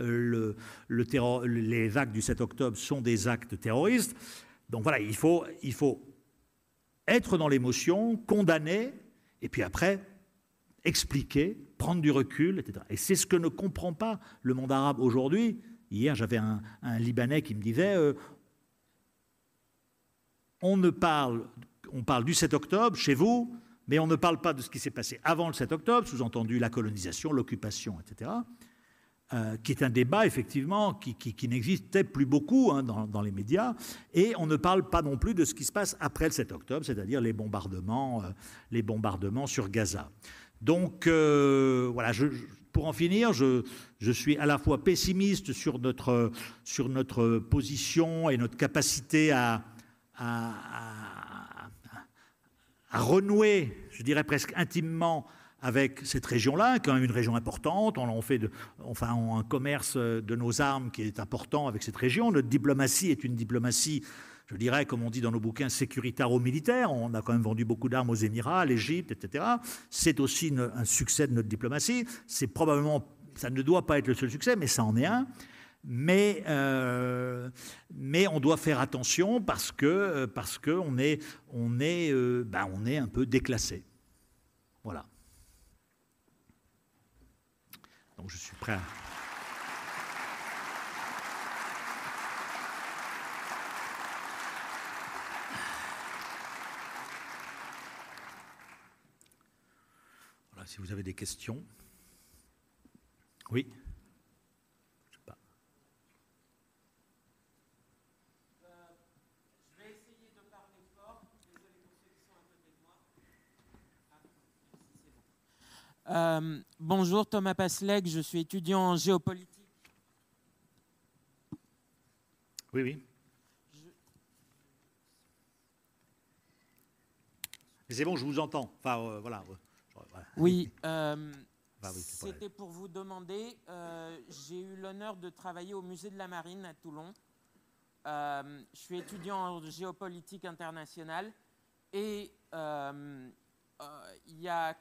S2: les actes du 7 octobre sont des actes terroristes. Donc voilà, il faut être dans l'émotion, condamner, et puis après expliquer, prendre du recul, etc. Et c'est ce que ne comprend pas le monde arabe aujourd'hui. Hier, j'avais un Libanais qui me disait on parle du 7 octobre chez vous, mais on ne parle pas de ce qui s'est passé avant le 7 octobre, sous-entendu la colonisation, l'occupation, etc., qui est un débat, effectivement, qui n'existait plus beaucoup dans les médias, et on ne parle pas non plus de ce qui se passe après le 7 octobre, c'est-à-dire les bombardements sur Gaza. Donc, voilà, pour en finir, je suis à la fois pessimiste sur notre position et notre capacité à renouer, je dirais presque intimement, avec cette région-là, quand même une région importante. On fait un commerce de nos armes qui est important avec cette région. Notre diplomatie est une diplomatie, je dirais, comme on dit dans nos bouquins, sécuritairo-militaire. On a quand même vendu beaucoup d'armes aux Émirats, à l'Égypte, etc. C'est aussi un succès de notre diplomatie. C'est probablement, ça ne doit pas être le seul succès, mais ça en est un. Mais on doit faire attention parce que on est un peu déclassé. Voilà. Donc je suis prêt à... Voilà, si vous avez des questions. Oui. Je sais pas.
S3: Je vais essayer de parler fort. Désolé pour ceux qui sont à côté de moi. C'est bon. Bonjour, Thomas Pasleg, je suis étudiant en géopolitique.
S2: Oui, oui. Mais c'est bon, je vous entends. Enfin, voilà.
S3: Oui, c'était pour vous demander, j'ai eu l'honneur de travailler au musée de la Marine à Toulon. Je suis étudiant en géopolitique internationale et il y a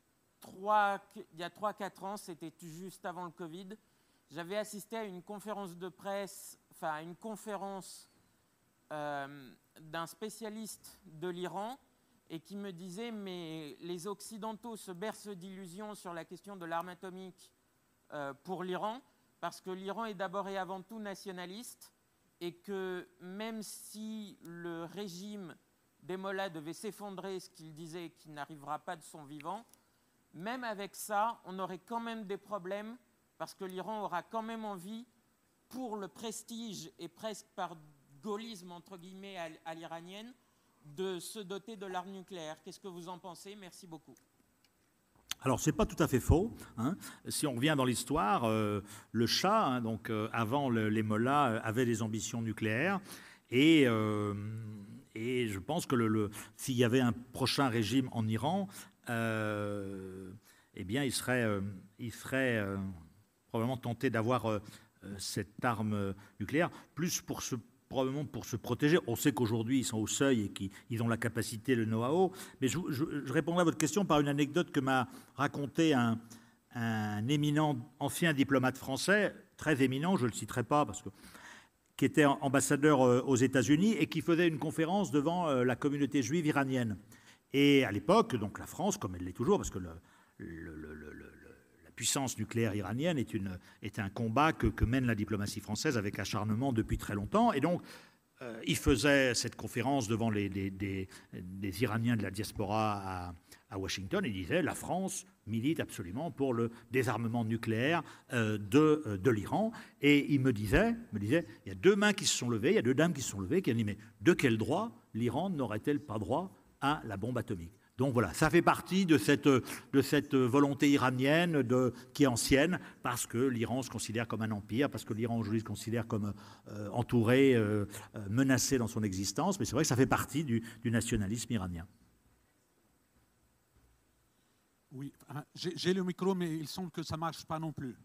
S3: 3-4 ans, c'était juste avant le Covid, j'avais assisté à une conférence de presse, enfin une conférence d'un spécialiste de l'Iran et qui me disait mais les Occidentaux se bercent d'illusions sur la question de l'arme atomique pour l'Iran parce que l'Iran est d'abord et avant tout nationaliste et que même si le régime des mollahs devait s'effondrer, ce qu'il disait qu'il n'arrivera pas de son vivant, même avec ça, on aurait quand même des problèmes parce que l'Iran aura quand même envie, pour le prestige et presque par gaullisme entre guillemets à l'iranienne, de se doter de l'arme nucléaire. Qu'est-ce que vous en pensez? Merci beaucoup.
S2: Alors, ce n'est pas tout à fait faux. Si on revient dans l'histoire, le Shah, donc, avant les mollahs, avait des ambitions nucléaires. Et je pense que s'il y avait un prochain régime en Iran, eh bien, il serait probablement tenté d'avoir cette arme nucléaire, plus probablement pour se protéger. On sait qu'aujourd'hui, ils sont au seuil et qu'ils ont la capacité, le know-how. Mais je répondrai à votre question par une anecdote que m'a raconté un éminent ancien diplomate français, très éminent, je ne le citerai pas, qui était ambassadeur aux États-Unis et qui faisait une conférence devant la communauté juive iranienne. Et à l'époque, donc la France, comme elle l'est toujours, parce que la puissance nucléaire iranienne est un combat que mène la diplomatie française avec acharnement depuis très longtemps. Et donc, il faisait cette conférence devant des Iraniens de la diaspora à Washington et disait « La France milite absolument pour le désarmement nucléaire de l'Iran ». Et il me disait, il y a deux mains qui se sont levées, il y a deux dames qui se sont levées, qui ont dit « Mais de quel droit l'Iran n'aurait-elle pas droit à la bombe atomique ?» Donc voilà, ça fait partie de cette volonté iranienne qui est ancienne, parce que l'Iran se considère comme un empire, parce que l'Iran aujourd'hui se considère comme entouré, menacé dans son existence, mais c'est vrai que ça fait partie du nationalisme iranien.
S4: Oui, j'ai le micro, mais il semble que ça ne marche pas non plus.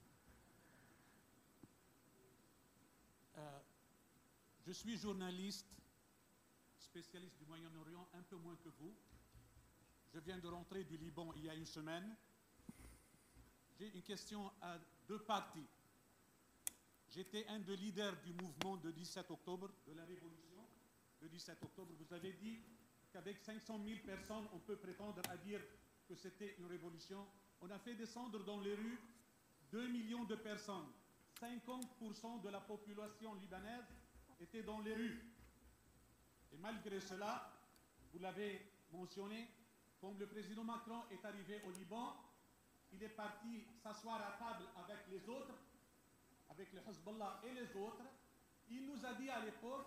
S4: Je suis journaliste, spécialiste du Moyen-Orient, un peu moins que vous. Je viens de rentrer du Liban il y a une semaine. J'ai une question à deux parties. J'étais un des leaders du mouvement de 17 octobre, de la révolution de 17 octobre. Vous avez dit qu'avec 500 000 personnes, on peut prétendre à dire que c'était une révolution. On a fait descendre dans les rues 2 millions de personnes. 50% de la population libanaise était dans les rues. Et malgré cela, vous l'avez mentionné, comme le président Macron est arrivé au Liban, il est parti s'asseoir à table avec les autres, avec le Hezbollah et les autres. Il nous a dit à l'époque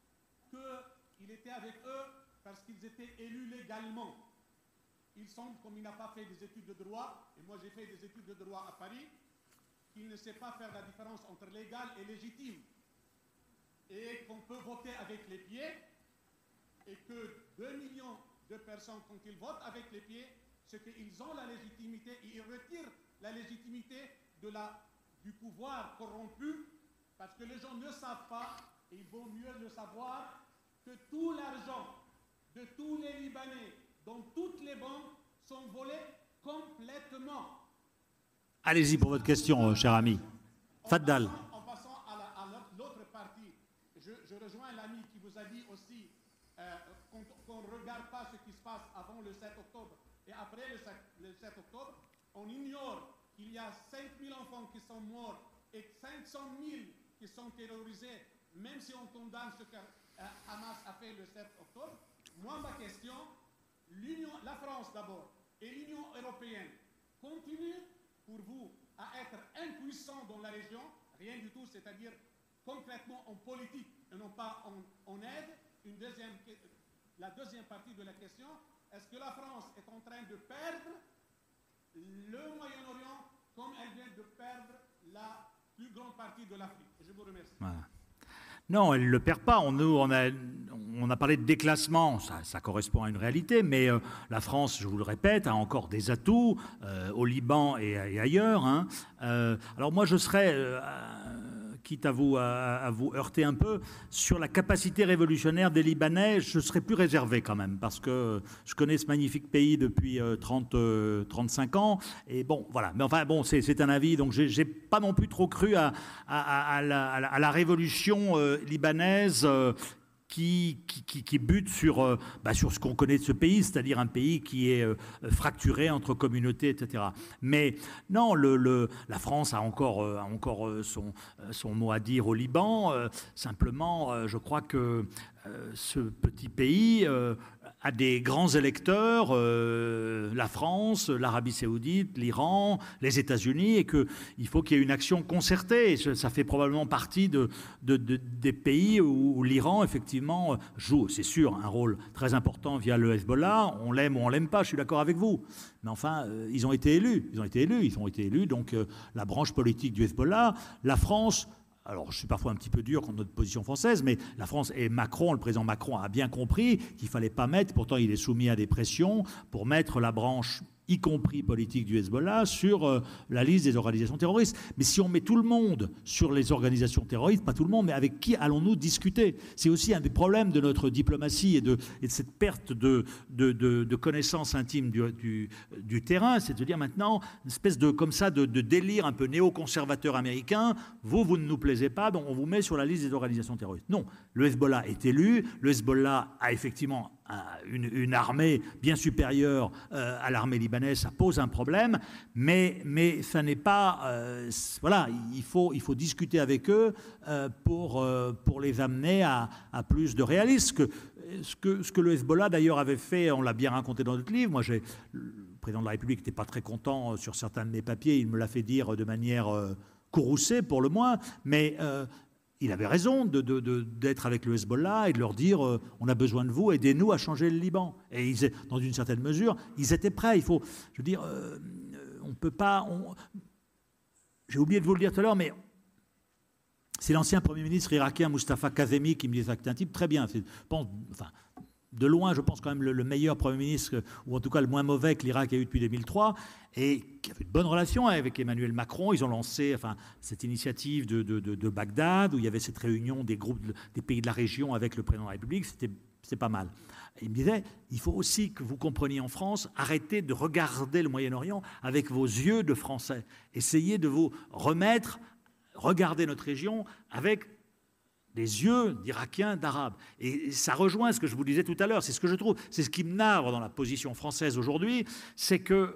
S4: qu'il était avec eux parce qu'ils étaient élus légalement. Il semble, comme il n'a pas fait des études de droit, et moi j'ai fait des études de droit à Paris, qu'il ne sait pas faire la différence entre légal et légitime. Et qu'on peut voter avec les pieds, et que 2 millions de personnes, quand ils votent avec les pieds, c'est qu'ils ont la légitimité, et ils retirent la légitimité du pouvoir corrompu, parce que les gens ne savent pas, et il vaut mieux le savoir, que tout l'argent de tous les Libanais, dans toutes les banques, sont volés complètement.
S2: Allez-y pour votre question, cher ami. Faddal.
S4: En passant à l'autre partie, je rejoins l'ami qui vous a dit aussi qu'on ne regarde pas ce qui se passe avant le 7 octobre et après le 7 octobre. On ignore qu'il y a 5000 enfants qui sont morts et 500 000 qui sont terrorisés, même si on condamne ce que Hamas a fait le 7 octobre. Moi, ma question, la France d'abord et l'Union européenne continuent pour vous à être impuissants dans la région, rien du tout, c'est-à-dire concrètement en politique et non pas en aide. La deuxième partie de la question, est-ce que la France est en train de perdre le Moyen-Orient comme elle vient de perdre la plus grande partie de l'Afrique? Je vous remercie.
S2: Voilà. Non, elle ne le perd pas. On a parlé de déclassement, ça correspond à une réalité, mais la France, je vous le répète, a encore des atouts au Liban et ailleurs. Hein. Alors moi, je serais, quitte à vous heurter un peu, sur la capacité révolutionnaire des Libanais, je serais plus réservé quand même, parce que je connais ce magnifique pays depuis 35 ans, et bon, voilà. Mais enfin, bon, c'est un avis, donc j'ai pas non plus trop cru à la révolution libanaise qui bute sur ce qu'on connaît de ce pays, c'est-à-dire un pays qui est fracturé entre communautés, etc. Mais non, la France a encore son mot à dire au Liban. Simplement, je crois que ce petit pays a des grands électeurs, la France, l'Arabie Saoudite, l'Iran, les États-Unis, et qu'il faut qu'il y ait une action concertée. Et ça fait probablement partie des pays où l'Iran, effectivement, joue, c'est sûr, un rôle très important via le Hezbollah. On l'aime ou on l'aime pas, je suis d'accord avec vous. Mais enfin, ils ont été élus. Donc, la branche politique du Hezbollah, la France... Alors, je suis parfois un petit peu dur contre notre position française, mais la France et Macron, le président Macron a bien compris qu'il ne fallait pas mettre, pourtant il est soumis à des pressions, pour mettre la branche, y compris politique du Hezbollah, sur la liste des organisations terroristes. Mais si on met tout le monde sur les organisations terroristes, pas tout le monde, mais avec qui allons-nous discuter? C'est aussi un des problèmes de notre diplomatie et de cette perte de connaissance intime du terrain, c'est de dire maintenant, une espèce de délire un peu néoconservateur américain, vous ne nous plaisez pas, donc on vous met sur la liste des organisations terroristes. Non, le Hezbollah est élu, le Hezbollah a effectivement une armée bien supérieure à l'armée libanaise, ça pose un problème, mais ça n'est pas... voilà, il faut discuter avec eux pour les amener à plus de réalisme. Ce que le Hezbollah d'ailleurs avait fait, on l'a bien raconté dans notre livre, le président de la République n'était pas très content sur certains de mes papiers, il me l'a fait dire de manière courroucée pour le moins, mais... il avait raison d'être avec le Hezbollah et de leur dire on a besoin de vous, aidez-nous à changer le Liban. Et dans une certaine mesure, ils étaient prêts. On peut pas... J'ai oublié de vous le dire tout à l'heure, mais c'est l'ancien Premier ministre irakien Mustafa Kazemi qui me disait que c'est un type très bien. De loin, je pense quand même le meilleur Premier ministre, ou en tout cas le moins mauvais que l'Irak a eu depuis 2003, et qui avait une bonne relation avec Emmanuel Macron. Ils ont lancé cette initiative de Bagdad, où il y avait cette réunion des groupes des pays de la région avec le président de la République. C'était pas mal. Et il me disait, il faut aussi que vous compreniez en France, arrêtez de regarder le Moyen-Orient avec vos yeux de Français. Essayez de vous regardez notre région avec des yeux d'Irakiens, d'Arabes. Et ça rejoint ce que je vous disais tout à l'heure, c'est ce que je trouve, c'est ce qui me navre dans la position française aujourd'hui, c'est que,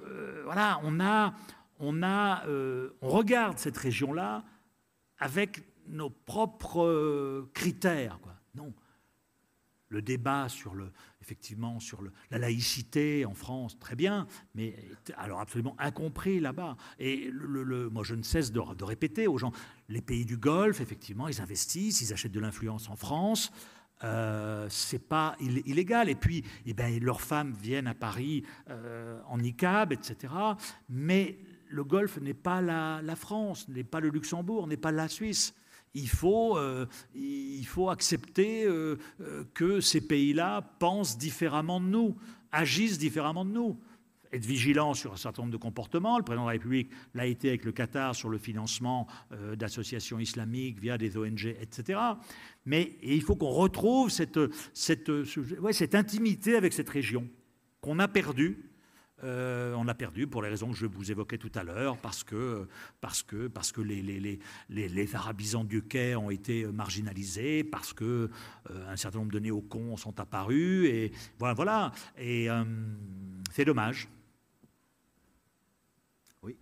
S2: on regarde cette région-là avec nos propres critères, quoi. Non. le débat sur effectivement sur la laïcité en France, très bien, mais alors absolument incompris là-bas. Et moi, je ne cesse de répéter aux gens, les pays du Golfe, effectivement, ils investissent, ils achètent de l'influence en France. C'est pas illégal. Et puis, eh ben, leurs femmes viennent à Paris en niqab, etc. Mais le Golfe n'est pas la France, n'est pas le Luxembourg, n'est pas la Suisse. Il faut accepter que ces pays-là pensent différemment de nous, agissent différemment de nous. Être vigilant sur un certain nombre de comportements. Le président de la République l'a été avec le Qatar sur le financement d'associations islamiques via des ONG, etc. Mais il faut qu'on retrouve cette intimité avec cette région qu'on a perdue. On a perdu pour les raisons que je vous évoquais tout à l'heure, parce que les arabisants du Caire ont été marginalisés, parce que un certain nombre de néocons sont apparus, et voilà. Et c'est dommage. Oui.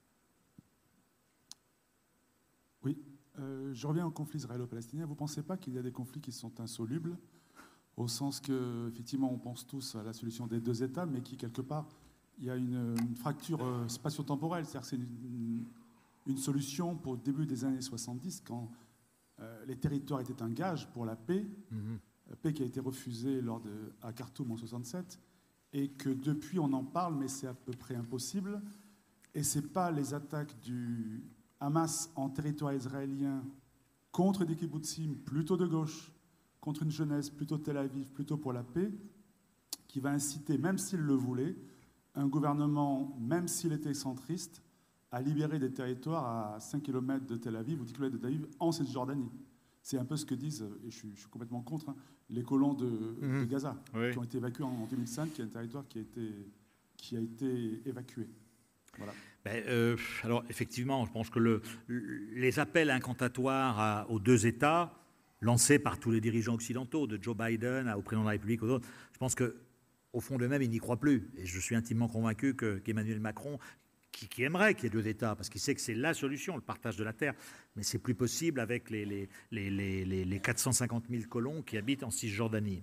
S5: Oui. Je reviens au conflit israélo-palestinien. Vous ne pensez pas qu'il y a des conflits qui sont insolubles, au sens que, effectivement, on pense tous à la solution des deux États, mais qui, quelque part, il y a une fracture spatio-temporelle. C'est-à-dire que c'est une solution pour le début des années 70, quand les territoires étaient un gage pour la paix, paix qui a été refusée à Khartoum en 67, et que depuis on en parle, mais c'est à peu près impossible. Et ce n'est pas les attaques du Hamas en territoire israélien contre des kibbutzim plutôt de gauche, contre une jeunesse plutôt Tel Aviv, plutôt pour la paix, qui va inciter, même s'il le voulait, un gouvernement, même s'il était centriste, à libérer des territoires à 5 km de Tel Aviv ou 10 km de Tel Aviv en Cisjordanie. C'est un peu ce que disent, et je suis complètement contre, les colons de Gaza, qui ont été évacués en 2005, qui est un territoire qui a été évacué. Voilà.
S2: Alors, effectivement, je pense que les appels incantatoires aux deux États, lancés par tous les dirigeants occidentaux, de Joe Biden au président de la République, aux autres, je pense qu'au fond d'eux-mêmes, ils n'y croient plus. Et je suis intimement convaincu qu'Emmanuel Macron, qui aimerait qu'il y ait deux États, parce qu'il sait que c'est la solution, le partage de la terre, mais c'est plus possible avec les 450 000 colons qui habitent en Cisjordanie.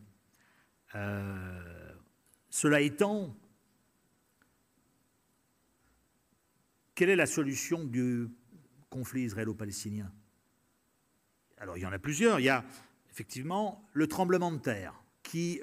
S2: Cela étant, quelle est la solution du conflit israélo-palestinien? Alors, il y en a plusieurs. Il y a effectivement le tremblement de terre qui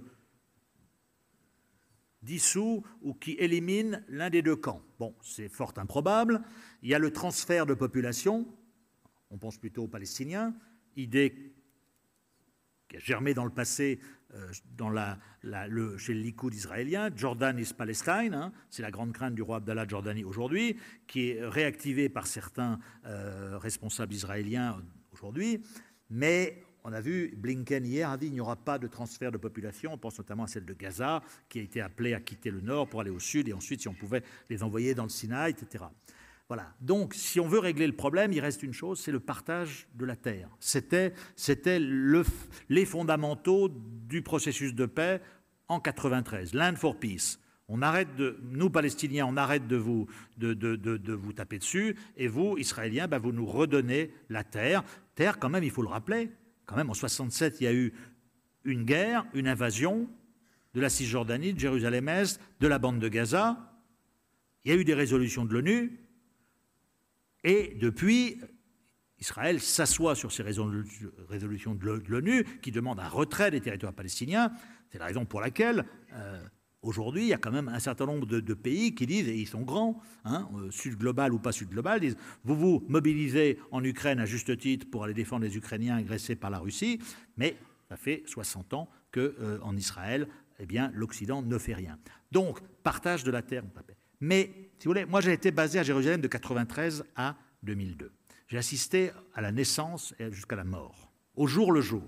S2: dissout ou qui élimine l'un des deux camps. Bon, c'est fort improbable. Il y a le transfert de population, on pense plutôt aux Palestiniens, idée qui a germé dans le passé chez le Likoud israélien, Jordan is Palestine, hein, c'est la grande crainte du roi Abdallah de Jordanie aujourd'hui, qui est réactivée par certains responsables israéliens aujourd'hui, mais on a vu, Blinken hier a dit qu'il n'y aura pas de transfert de population, on pense notamment à celle de Gaza, qui a été appelée à quitter le nord pour aller au sud, et ensuite si on pouvait les envoyer dans le Sinaï, etc. Voilà. Donc, si on veut régler le problème, il reste une chose, c'est le partage de la terre. C'était les fondamentaux du processus de paix en 93, Land for Peace. Nous, Palestiniens, on arrête de vous taper dessus, et vous, Israéliens, vous nous redonnez la terre. Terre, quand même, il faut le rappeler, quand même, en 67, il y a eu une guerre, une invasion de la Cisjordanie, de Jérusalem-Est, de la bande de Gaza. Il y a eu des résolutions de l'ONU. Et depuis, Israël s'assoit sur ces résolutions de l'ONU qui demandent un retrait des territoires palestiniens. C'est la raison pour laquelle, aujourd'hui, il y a quand même un certain nombre de pays qui disent, et ils sont grands, hein, sud global ou pas sud global, disent vous vous mobilisez en Ukraine à juste titre pour aller défendre les Ukrainiens agressés par la Russie, mais ça fait 60 ans qu'en Israël, eh bien, l'Occident ne fait rien. Donc, partage de la terre. Mais, si vous voulez, moi j'ai été basé à Jérusalem de 1993 à 2002. J'ai assisté à la naissance et jusqu'à la mort, au jour le jour.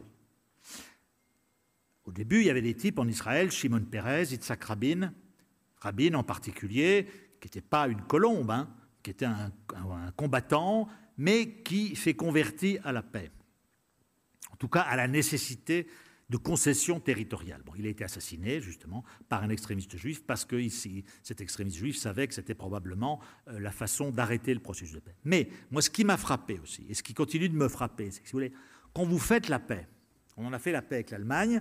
S2: Au début, il y avait des types en Israël, Shimon Peres, Yitzhak Rabin en particulier, qui n'était pas une colombe, hein, qui était un combattant, mais qui s'est converti à la paix. En tout cas, à la nécessité de concessions territoriales. Bon, il a été assassiné, justement, par un extrémiste juif, parce que ici, cet extrémiste juif savait que c'était probablement la façon d'arrêter le processus de paix. Mais moi, ce qui m'a frappé aussi, et ce qui continue de me frapper, c'est que, si vous voulez, quand vous faites la paix, on en a fait la paix avec l'Allemagne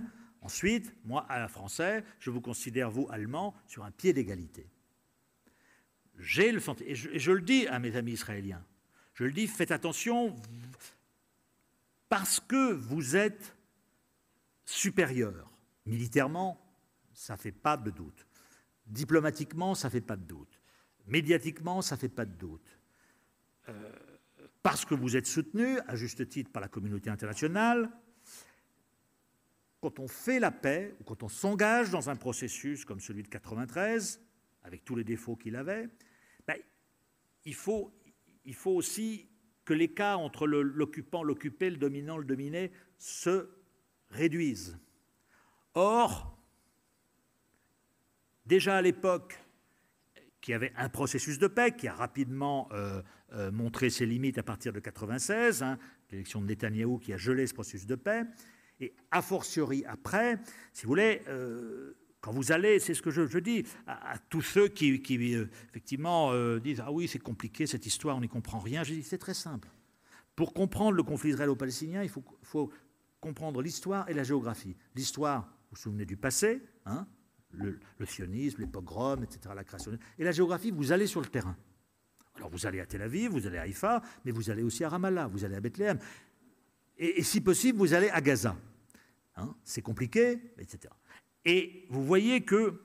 S2: Ensuite, moi, à la Français, je vous considère, vous, Allemands, sur un pied d'égalité. J'ai le sentiment, et je le dis à mes amis israéliens, je le dis, faites attention, parce que vous êtes supérieurs. Militairement, ça ne fait pas de doute. Diplomatiquement, ça ne fait pas de doute. Médiatiquement, ça ne fait pas de doute. Parce que vous êtes soutenus, à juste titre, par la communauté internationale, quand on fait la paix, ou quand on s'engage dans un processus comme celui de 93, avec tous les défauts qu'il avait, ben, il faut aussi que l'écart entre l'occupant, l'occupé, le dominant, le dominé, se réduise. Or, déjà à l'époque, qui avait un processus de paix, qui a rapidement montré ses limites à partir de 96, l'élection de Netanyahou qui a gelé ce processus de paix, et a fortiori après, si vous voulez, quand vous allez, c'est ce que je dis, à tous ceux qui effectivement disent « Ah oui, c'est compliqué cette histoire, on n'y comprend rien », je dis « C'est très simple. Pour comprendre le conflit israélo-palestinien, il faut comprendre l'histoire et la géographie. L'histoire, vous vous souvenez du passé, le sionisme, les pogroms, etc., la création. Et la géographie, vous allez sur le terrain. Alors vous allez à Tel Aviv, vous allez à Haïfa, mais vous allez aussi à Ramallah, vous allez à Bethléem. Et si possible, vous allez à Gaza. C'est compliqué, etc. Et vous voyez que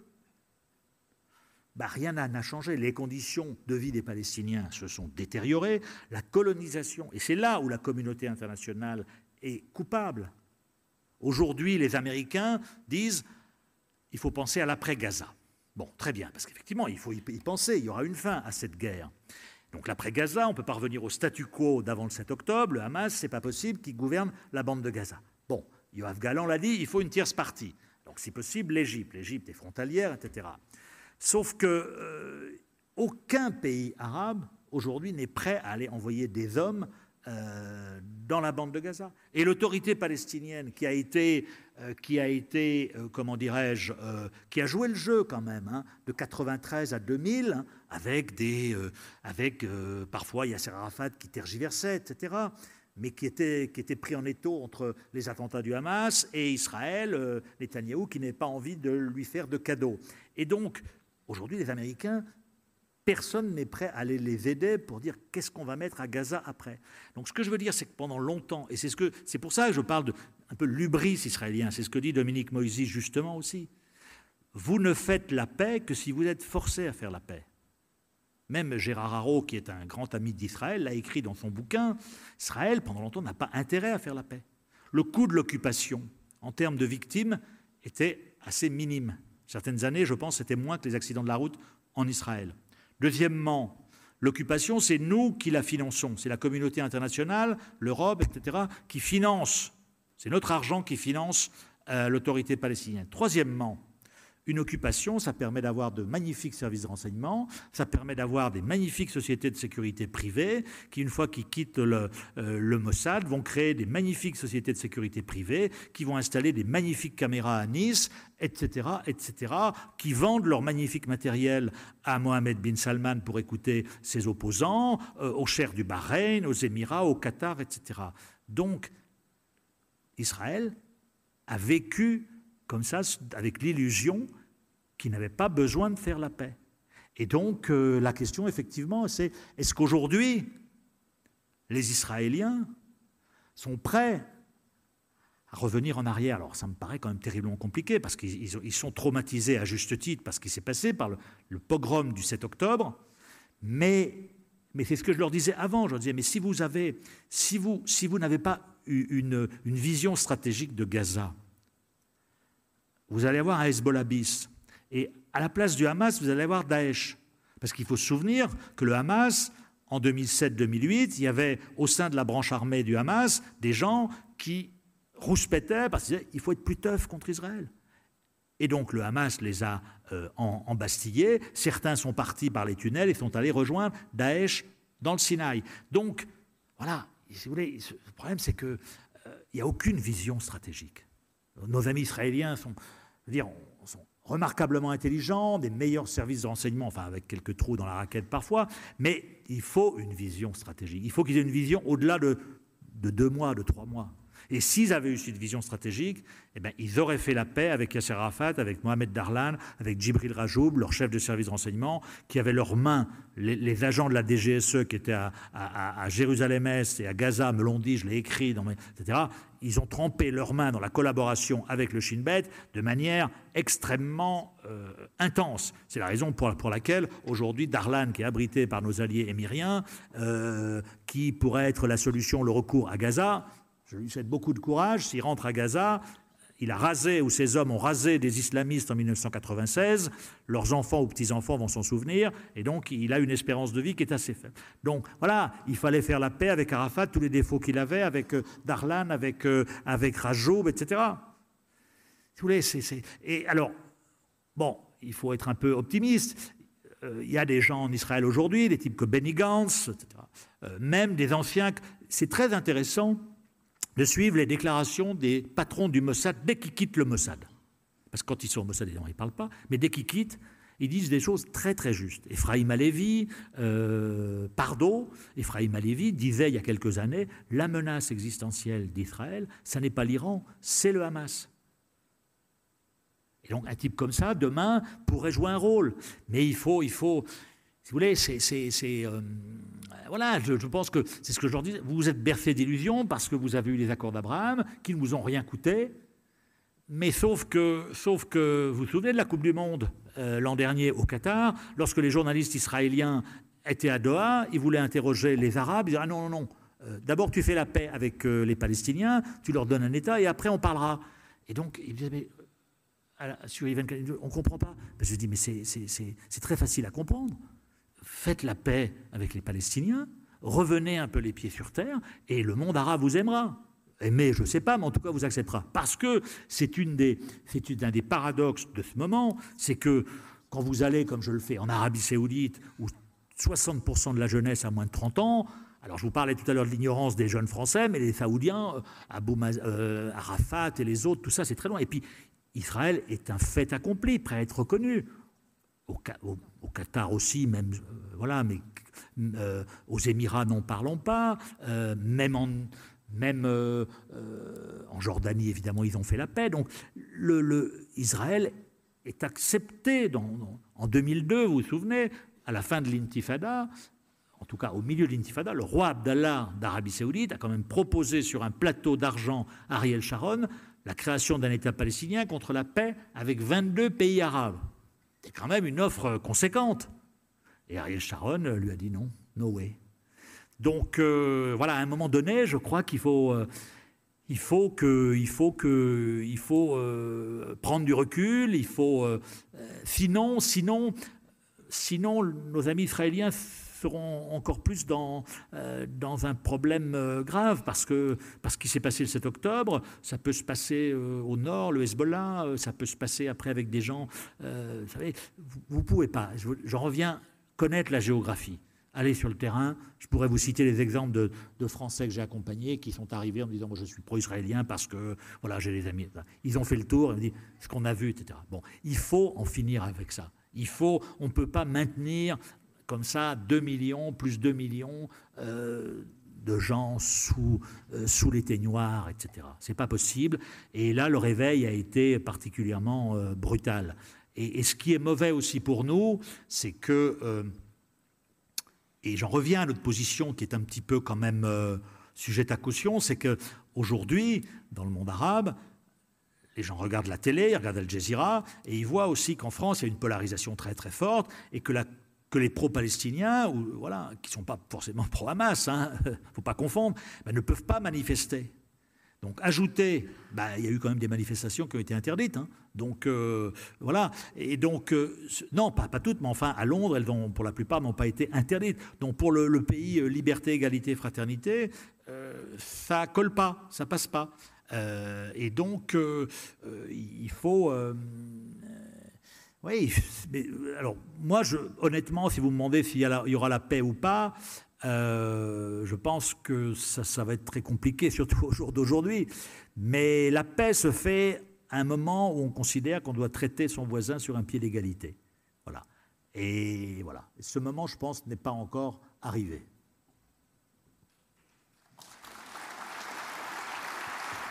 S2: rien n'a changé. Les conditions de vie des Palestiniens se sont détériorées. La colonisation, et c'est là où la communauté internationale est coupable. Aujourd'hui, les Américains disent il faut penser à l'après-Gaza. Bon, très bien, parce qu'effectivement, il faut y penser. Il y aura une fin à cette guerre. Donc l'après-Gaza, on peut pas revenir au statu quo d'avant le 7 octobre. Le Hamas, c'est pas possible qu'il gouverne la bande de Gaza. Bon, Yoav Gallant l'a dit, il faut une tierce partie. Donc si possible, l'Égypte. L'Égypte est frontalière, etc. Sauf que aucun pays arabe, aujourd'hui, n'est prêt à aller envoyer des hommes dans la bande de Gaza. Et l'autorité palestinienne qui a été comment dirais-je, qui a joué le jeu quand même, de 93 à 2000, avec parfois Yasser Arafat qui tergiversait, etc., mais qui était pris en étau entre les attentats du Hamas et Israël, Netanyahou, qui n'avait pas envie de lui faire de cadeaux. Et donc, aujourd'hui, les Américains, personne n'est prêt à aller les aider pour dire qu'est-ce qu'on va mettre à Gaza après. Donc ce que je veux dire, c'est que pendant longtemps, et c'est pour ça que je parle un peu l'hubris israélien, c'est ce que dit Dominique Moïsi justement aussi, vous ne faites la paix que si vous êtes forcé à faire la paix. Même Gérard Haro, qui est un grand ami d'Israël, l'a écrit dans son bouquin, Israël, pendant longtemps, n'a pas intérêt à faire la paix. Le coût de l'occupation, en termes de victimes, était assez minime. Certaines années, je pense, c'était moins que les accidents de la route en Israël. Deuxièmement, l'occupation, c'est nous qui la finançons. C'est la communauté internationale, l'Europe, etc., qui finance. C'est notre argent qui finance l'autorité palestinienne. Troisièmement, une occupation, ça permet d'avoir de magnifiques services de renseignement, ça permet d'avoir des magnifiques sociétés de sécurité privées qui, une fois qu'ils quittent le Mossad, vont créer des magnifiques sociétés de sécurité privées, qui vont installer des magnifiques caméras à Nice, etc., etc., qui vendent leur magnifique matériel à Mohammed bin Salman pour écouter ses opposants, aux cheikhs du Bahreïn, aux Émirats, au Qatar, etc. Donc, Israël a vécu comme ça, avec l'illusion qu'il n'avait pas besoin de faire la paix. Et donc, la question, effectivement, c'est est-ce qu'aujourd'hui, les Israéliens sont prêts à revenir en arrière? Alors, ça me paraît quand même terriblement compliqué, parce qu'ils sont traumatisés à juste titre par ce qui s'est passé, par le pogrom du 7 octobre, mais c'est ce que je leur disais avant. Je leur disais, mais si vous n'avez pas une vision stratégique de Gaza, vous allez avoir un Hezbollah bis. Et à la place du Hamas, vous allez avoir Daesh. Parce qu'il faut se souvenir que le Hamas, en 2007-2008, il y avait au sein de la branche armée du Hamas des gens qui rouspétaient parce qu'ils disaient il faut être plus tough contre Israël. Et donc le Hamas les a embastillés. Certains sont partis par les tunnels et sont allés rejoindre Daesh dans le Sinaï. Donc, voilà, si vous voulez, le problème c'est qu'il n'y a aucune vision stratégique. Nos amis israéliens sont remarquablement intelligents, des meilleurs services de renseignement, enfin avec quelques trous dans la raquette parfois, mais il faut une vision stratégique. Il faut qu'ils aient une vision au-delà de 2 mois, de 3 mois. Et s'ils avaient eu cette vision stratégique, eh bien, ils auraient fait la paix avec Yasser Arafat, avec Mohamed Darlan, avec Djibril Rajoub, leur chef de service de renseignement, qui avaient leurs mains, les agents de la DGSE qui étaient à Jérusalem-Est et à Gaza, me l'ont dit, je l'ai écrit, etc. Ils ont trempé leurs mains dans la collaboration avec le Shin Bet de manière extrêmement intense. C'est la raison pour laquelle, aujourd'hui, Darlan, qui est abrité par nos alliés émiriens, qui pourrait être la solution, le recours à Gaza, je lui souhaite beaucoup de courage. S'il rentre à Gaza, il a rasé, ou ses hommes ont rasé des islamistes en 1996, leurs enfants ou petits-enfants vont s'en souvenir, et donc il a une espérance de vie qui est assez faible. Donc voilà, il fallait faire la paix avec Arafat, tous les défauts qu'il avait, avec Darlan, avec Rajoub, etc. Si vous voulez, Et alors, bon, il faut être un peu optimiste. Il y a des gens en Israël aujourd'hui, des types comme Benny Gantz, etc. Même des anciens. C'est très intéressant de suivre les déclarations des patrons du Mossad dès qu'ils quittent le Mossad. Parce que quand ils sont au Mossad, évidemment, ils ne parlent pas, mais dès qu'ils quittent, ils disent des choses très très justes. Ephraim Halevi, Pardo, Ephraim Halevi disait il y a quelques années, la menace existentielle d'Israël, ça n'est pas l'Iran, c'est le Hamas. Et donc un type comme ça, demain, pourrait jouer un rôle. Mais il faut si vous voulez, voilà, je pense que c'est ce que je leur dis. Vous vous êtes bercés d'illusions parce que vous avez eu les accords d'Abraham qui ne vous ont rien coûté. Mais sauf que vous vous souvenez de la Coupe du Monde l'an dernier au Qatar, lorsque les journalistes israéliens étaient à Doha, ils voulaient interroger les Arabes, ils disaient « Ah non, non, non, d'abord tu fais la paix avec les Palestiniens, tu leur donnes un État et après on parlera. » Et donc, ils disaient « Mais sur les 24, on ne comprend pas. » Je dis « Mais c'est très facile à comprendre. Faites la paix avec les Palestiniens, revenez un peu les pieds sur terre et le monde arabe vous aimera. Mais je ne sais pas, mais en tout cas vous acceptera. Parce que c'est un des paradoxes de ce moment, c'est que quand vous allez, comme je le fais, en Arabie Saoudite, où 60% de la jeunesse a moins de 30 ans, alors je vous parlais tout à l'heure de l'ignorance des jeunes Français, mais les Saoudiens, Arafat et les autres, tout ça c'est très loin. Et puis Israël est un fait accompli, prêt à être reconnu. Au Qatar aussi, même, voilà, mais aux Émirats n'en parlons pas, même en Jordanie, évidemment, ils ont fait la paix. Donc, Israël est accepté en 2002, vous vous souvenez, à la fin de l'intifada, en tout cas au milieu de l'intifada, le roi Abdallah d'Arabie Saoudite a quand même proposé sur un plateau d'argent à Ariel Sharon la création d'un État palestinien contre la paix avec 22 pays arabes. C'est quand même une offre conséquente. Et Ariel Sharon lui a dit non, no way. Donc voilà, à un moment donné, je crois qu'il faut prendre du recul. Il faut sinon, nos amis israéliens seront encore plus dans un problème grave parce qu'il s'est passé le 7 octobre, ça peut se passer au nord, le Hezbollah, ça peut se passer après avec des gens. Vous savez, vous ne pouvez pas. J'en reviens connaître la géographie. Allez sur le terrain. Je pourrais vous citer les exemples de Français que j'ai accompagnés qui sont arrivés en me disant moi je suis pro-israélien parce que voilà j'ai des amis. Ils ont fait le tour, ils me disent ce qu'on a vu, etc. Bon, il faut en finir avec ça. On ne peut pas maintenir comme ça 2 millions plus 2 millions de gens sous l'éteignoir, etc. C'est pas possible. Et là, le réveil a été particulièrement brutal. Et ce qui est mauvais aussi pour nous, c'est que et j'en reviens à notre position qui est un petit peu quand même sujette à caution, c'est qu'aujourd'hui, dans le monde arabe, les gens regardent la télé, ils regardent Al Jazeera, et ils voient aussi qu'en France, il y a une polarisation très très forte, et que les pro-palestiniens, ou, voilà, qui ne sont pas forcément pro-Hamas, il ne faut pas confondre, ne peuvent pas manifester. Donc, ajouter, il y a eu quand même des manifestations qui ont été interdites. Donc, voilà. Et donc, non, pas toutes, mais enfin, à Londres, elles pour la plupart, n'ont pas été interdites. Donc, pour le pays liberté, égalité, fraternité, ça colle pas, ça passe pas. Et donc, il faut... oui, mais alors, moi, honnêtement, si vous me demandez s'il y aura la paix ou pas... je pense que ça va être très compliqué, surtout au jour d'aujourd'hui. Mais la paix se fait à un moment où on considère qu'on doit traiter son voisin sur un pied d'égalité. Voilà. Et voilà. Et ce moment, je pense, n'est pas encore arrivé.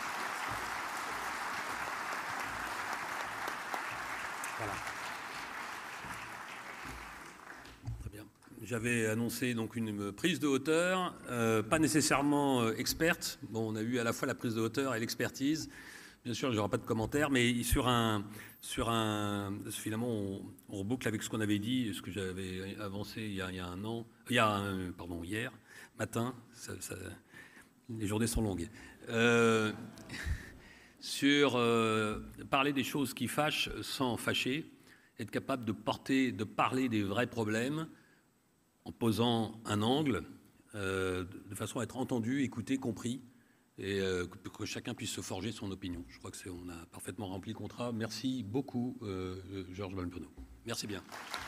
S1: j'avais annoncé donc une prise de hauteur, pas nécessairement experte. Bon, on a eu à la fois la prise de hauteur et l'expertise. Bien sûr, je n'aurai pas de commentaires, mais finalement, on reboucle avec ce qu'on avait dit, ce que j'avais avancé hier matin. Les journées sont longues. Sur parler des choses qui fâchent sans fâcher, être capable de parler des vrais problèmes en posant un angle, de façon à être entendu, écouté, compris, et que chacun puisse se forger son opinion. Je crois qu'on a parfaitement rempli le contrat. Merci beaucoup, Georges Malbonneau. Merci bien.